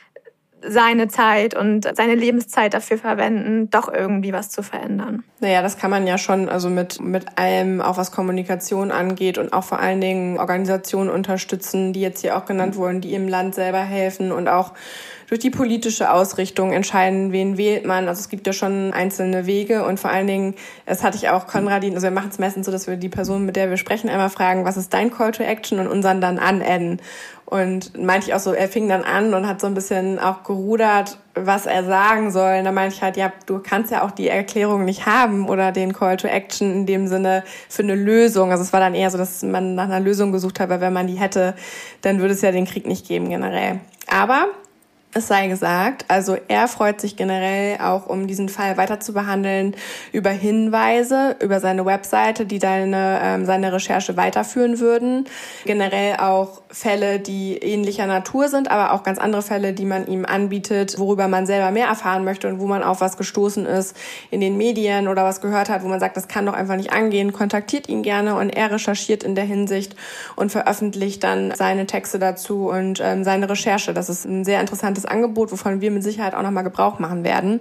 B: seine Zeit und seine Lebenszeit dafür verwenden, doch irgendwie was zu verändern.
A: Naja, das kann man ja schon, also mit allem, auch was Kommunikation angeht und auch vor allen Dingen Organisationen unterstützen, die jetzt hier auch genannt wurden, die im Land selber helfen und auch durch die politische Ausrichtung entscheiden, wen wählt man. Also es gibt ja schon einzelne Wege und vor allen Dingen, das hatte ich auch Konradin, also wir machen es meistens so, dass wir die Person, mit der wir sprechen, einmal fragen, was ist dein Call to Action und unseren dann anadden. Und meinte ich auch so, er fing dann an und hat so ein bisschen auch gerudert, was er sagen soll. Und da meinte ich halt, ja, du kannst ja auch die Erklärung nicht haben oder den Call to Action in dem Sinne für eine Lösung. Also es war dann eher so, dass man nach einer Lösung gesucht hat, weil wenn man die hätte, dann würde es ja den Krieg nicht geben generell. Aber es sei gesagt, also er freut sich generell auch, um diesen Fall weiter zu behandeln, über Hinweise, über seine Webseite, die seine Recherche weiterführen würden. Generell auch Fälle, die ähnlicher Natur sind, aber auch ganz andere Fälle, die man ihm anbietet, worüber man selber mehr erfahren möchte und wo man auf was gestoßen ist in den Medien oder was gehört hat, wo man sagt, das kann doch einfach nicht angehen. Kontaktiert ihn gerne und er recherchiert in der Hinsicht und veröffentlicht dann seine Texte dazu und seine Recherche. Das ist ein sehr interessantes Angebot, wovon wir mit Sicherheit auch nochmal Gebrauch machen werden.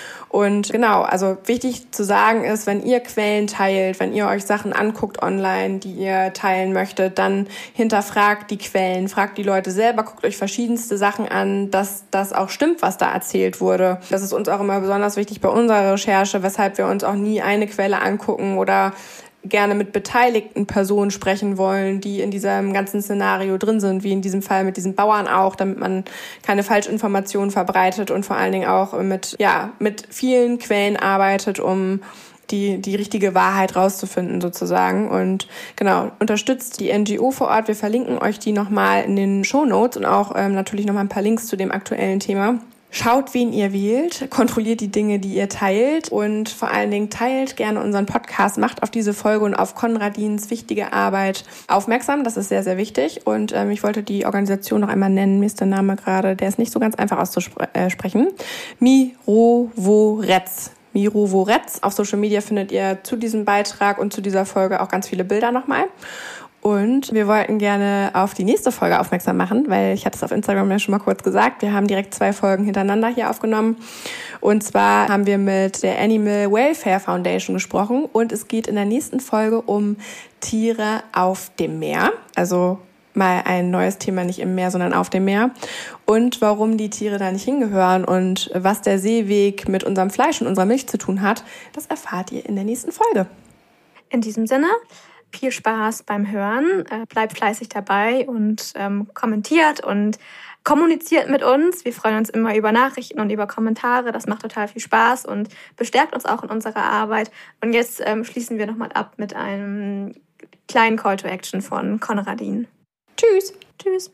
A: Und genau, also wichtig zu sagen ist, wenn ihr Quellen teilt, wenn ihr euch Sachen anguckt online, die ihr teilen möchtet, dann hinterfragt die Quellen, fragt die Leute selber, guckt euch verschiedenste Sachen an, dass das auch stimmt, was da erzählt wurde. Das ist uns auch immer besonders wichtig bei unserer Recherche, weshalb wir uns auch nie eine Quelle angucken oder gerne mit beteiligten Personen sprechen wollen, die in diesem ganzen Szenario drin sind, wie in diesem Fall mit diesen Bauern auch, damit man keine Falschinformationen verbreitet und vor allen Dingen auch mit vielen Quellen arbeitet, um die richtige Wahrheit rauszufinden sozusagen. Und genau, unterstützt die NGO vor Ort. Wir verlinken euch die nochmal in den Shownotes und auch natürlich nochmal ein paar Links zu dem aktuellen Thema. Schaut, wen ihr wählt, kontrolliert die Dinge, die ihr teilt und vor allen Dingen teilt gerne unseren Podcast, macht auf diese Folge und auf Konradins wichtige Arbeit aufmerksam. Das ist sehr, sehr wichtig und ich wollte die Organisation noch einmal nennen. Mir ist der Name gerade, der ist nicht so ganz einfach auszusprechen. Mirovoretz. Mirovoretz. Auf Social Media findet ihr zu diesem Beitrag und zu dieser Folge auch ganz viele Bilder nochmal. Und wir wollten gerne auf die nächste Folge aufmerksam machen, weil ich hatte es auf Instagram ja schon mal kurz gesagt. Wir haben direkt 2 Folgen hintereinander hier aufgenommen. Und zwar haben wir mit der Animal Welfare Foundation gesprochen. Und es geht in der nächsten Folge um Tiere auf dem Meer. Also mal ein neues Thema, nicht im Meer, sondern auf dem Meer. Und warum die Tiere da nicht hingehören und was der Seeweg mit unserem Fleisch und unserer Milch zu tun hat, das erfahrt ihr in der nächsten Folge.
B: In diesem Sinne, viel Spaß beim Hören, bleibt fleißig dabei und kommentiert und kommuniziert mit uns. Wir freuen uns immer über Nachrichten und über Kommentare. Das macht total viel Spaß und bestärkt uns auch in unserer Arbeit. Und jetzt schließen wir nochmal ab mit einem kleinen Call to Action von Konradin.
A: Tschüss.
B: Tschüss.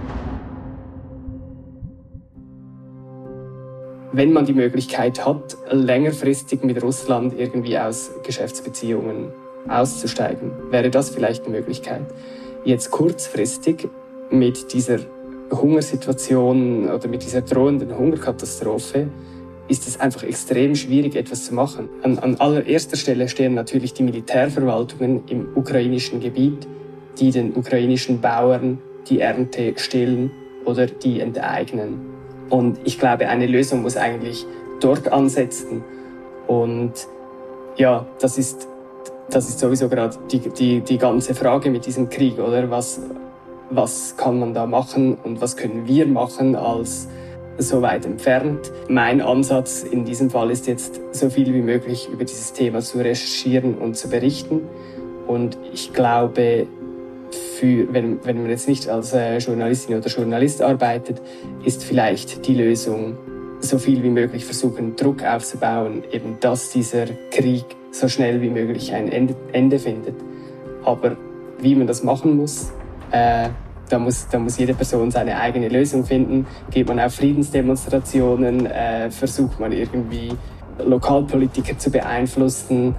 C: Wenn man die Möglichkeit hat, längerfristig mit Russland irgendwie aus Geschäftsbeziehungen auszusteigen, wäre das vielleicht eine Möglichkeit. Jetzt kurzfristig mit dieser Hungersituation oder mit dieser drohenden Hungerkatastrophe ist es einfach extrem schwierig, etwas zu machen. An allererster Stelle stehen natürlich die Militärverwaltungen im ukrainischen Gebiet, die den ukrainischen Bauern die Ernte stehlen oder die enteignen. Und ich glaube, eine Lösung muss eigentlich dort ansetzen. Und ja, das ist sowieso gerade die ganze Frage mit diesem Krieg, oder? Was kann man da machen und was können wir machen als so weit entfernt? Mein Ansatz in diesem Fall ist jetzt, so viel wie möglich über dieses Thema zu recherchieren und zu berichten. Und ich glaube, wenn man jetzt nicht als Journalistin oder Journalist arbeitet, ist vielleicht die Lösung, so viel wie möglich versuchen, Druck aufzubauen, eben dass dieser Krieg so schnell wie möglich ein Ende findet. Aber wie man das machen muss, da muss jede Person seine eigene Lösung finden. Geht man auf Friedensdemonstrationen, versucht man irgendwie Lokalpolitiker zu beeinflussen.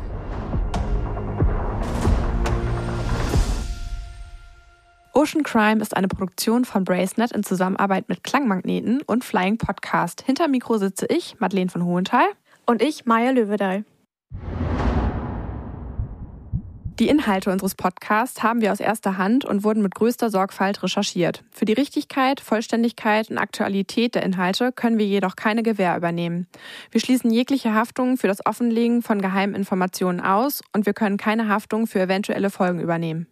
A: Ocean Crime ist eine Produktion von Bracenet in Zusammenarbeit mit Klangmagneten und Flying Podcast. Hinter Mikro sitze ich, Madeleine von Hohenthal.
B: Und ich, Maja Löwedal.
A: Die Inhalte unseres Podcasts haben wir aus erster Hand und wurden mit größter Sorgfalt recherchiert. Für die Richtigkeit, Vollständigkeit und Aktualität der Inhalte können wir jedoch keine Gewähr übernehmen. Wir schließen jegliche Haftung für das Offenlegen von geheimen Informationen aus und wir können keine Haftung für eventuelle Folgen übernehmen.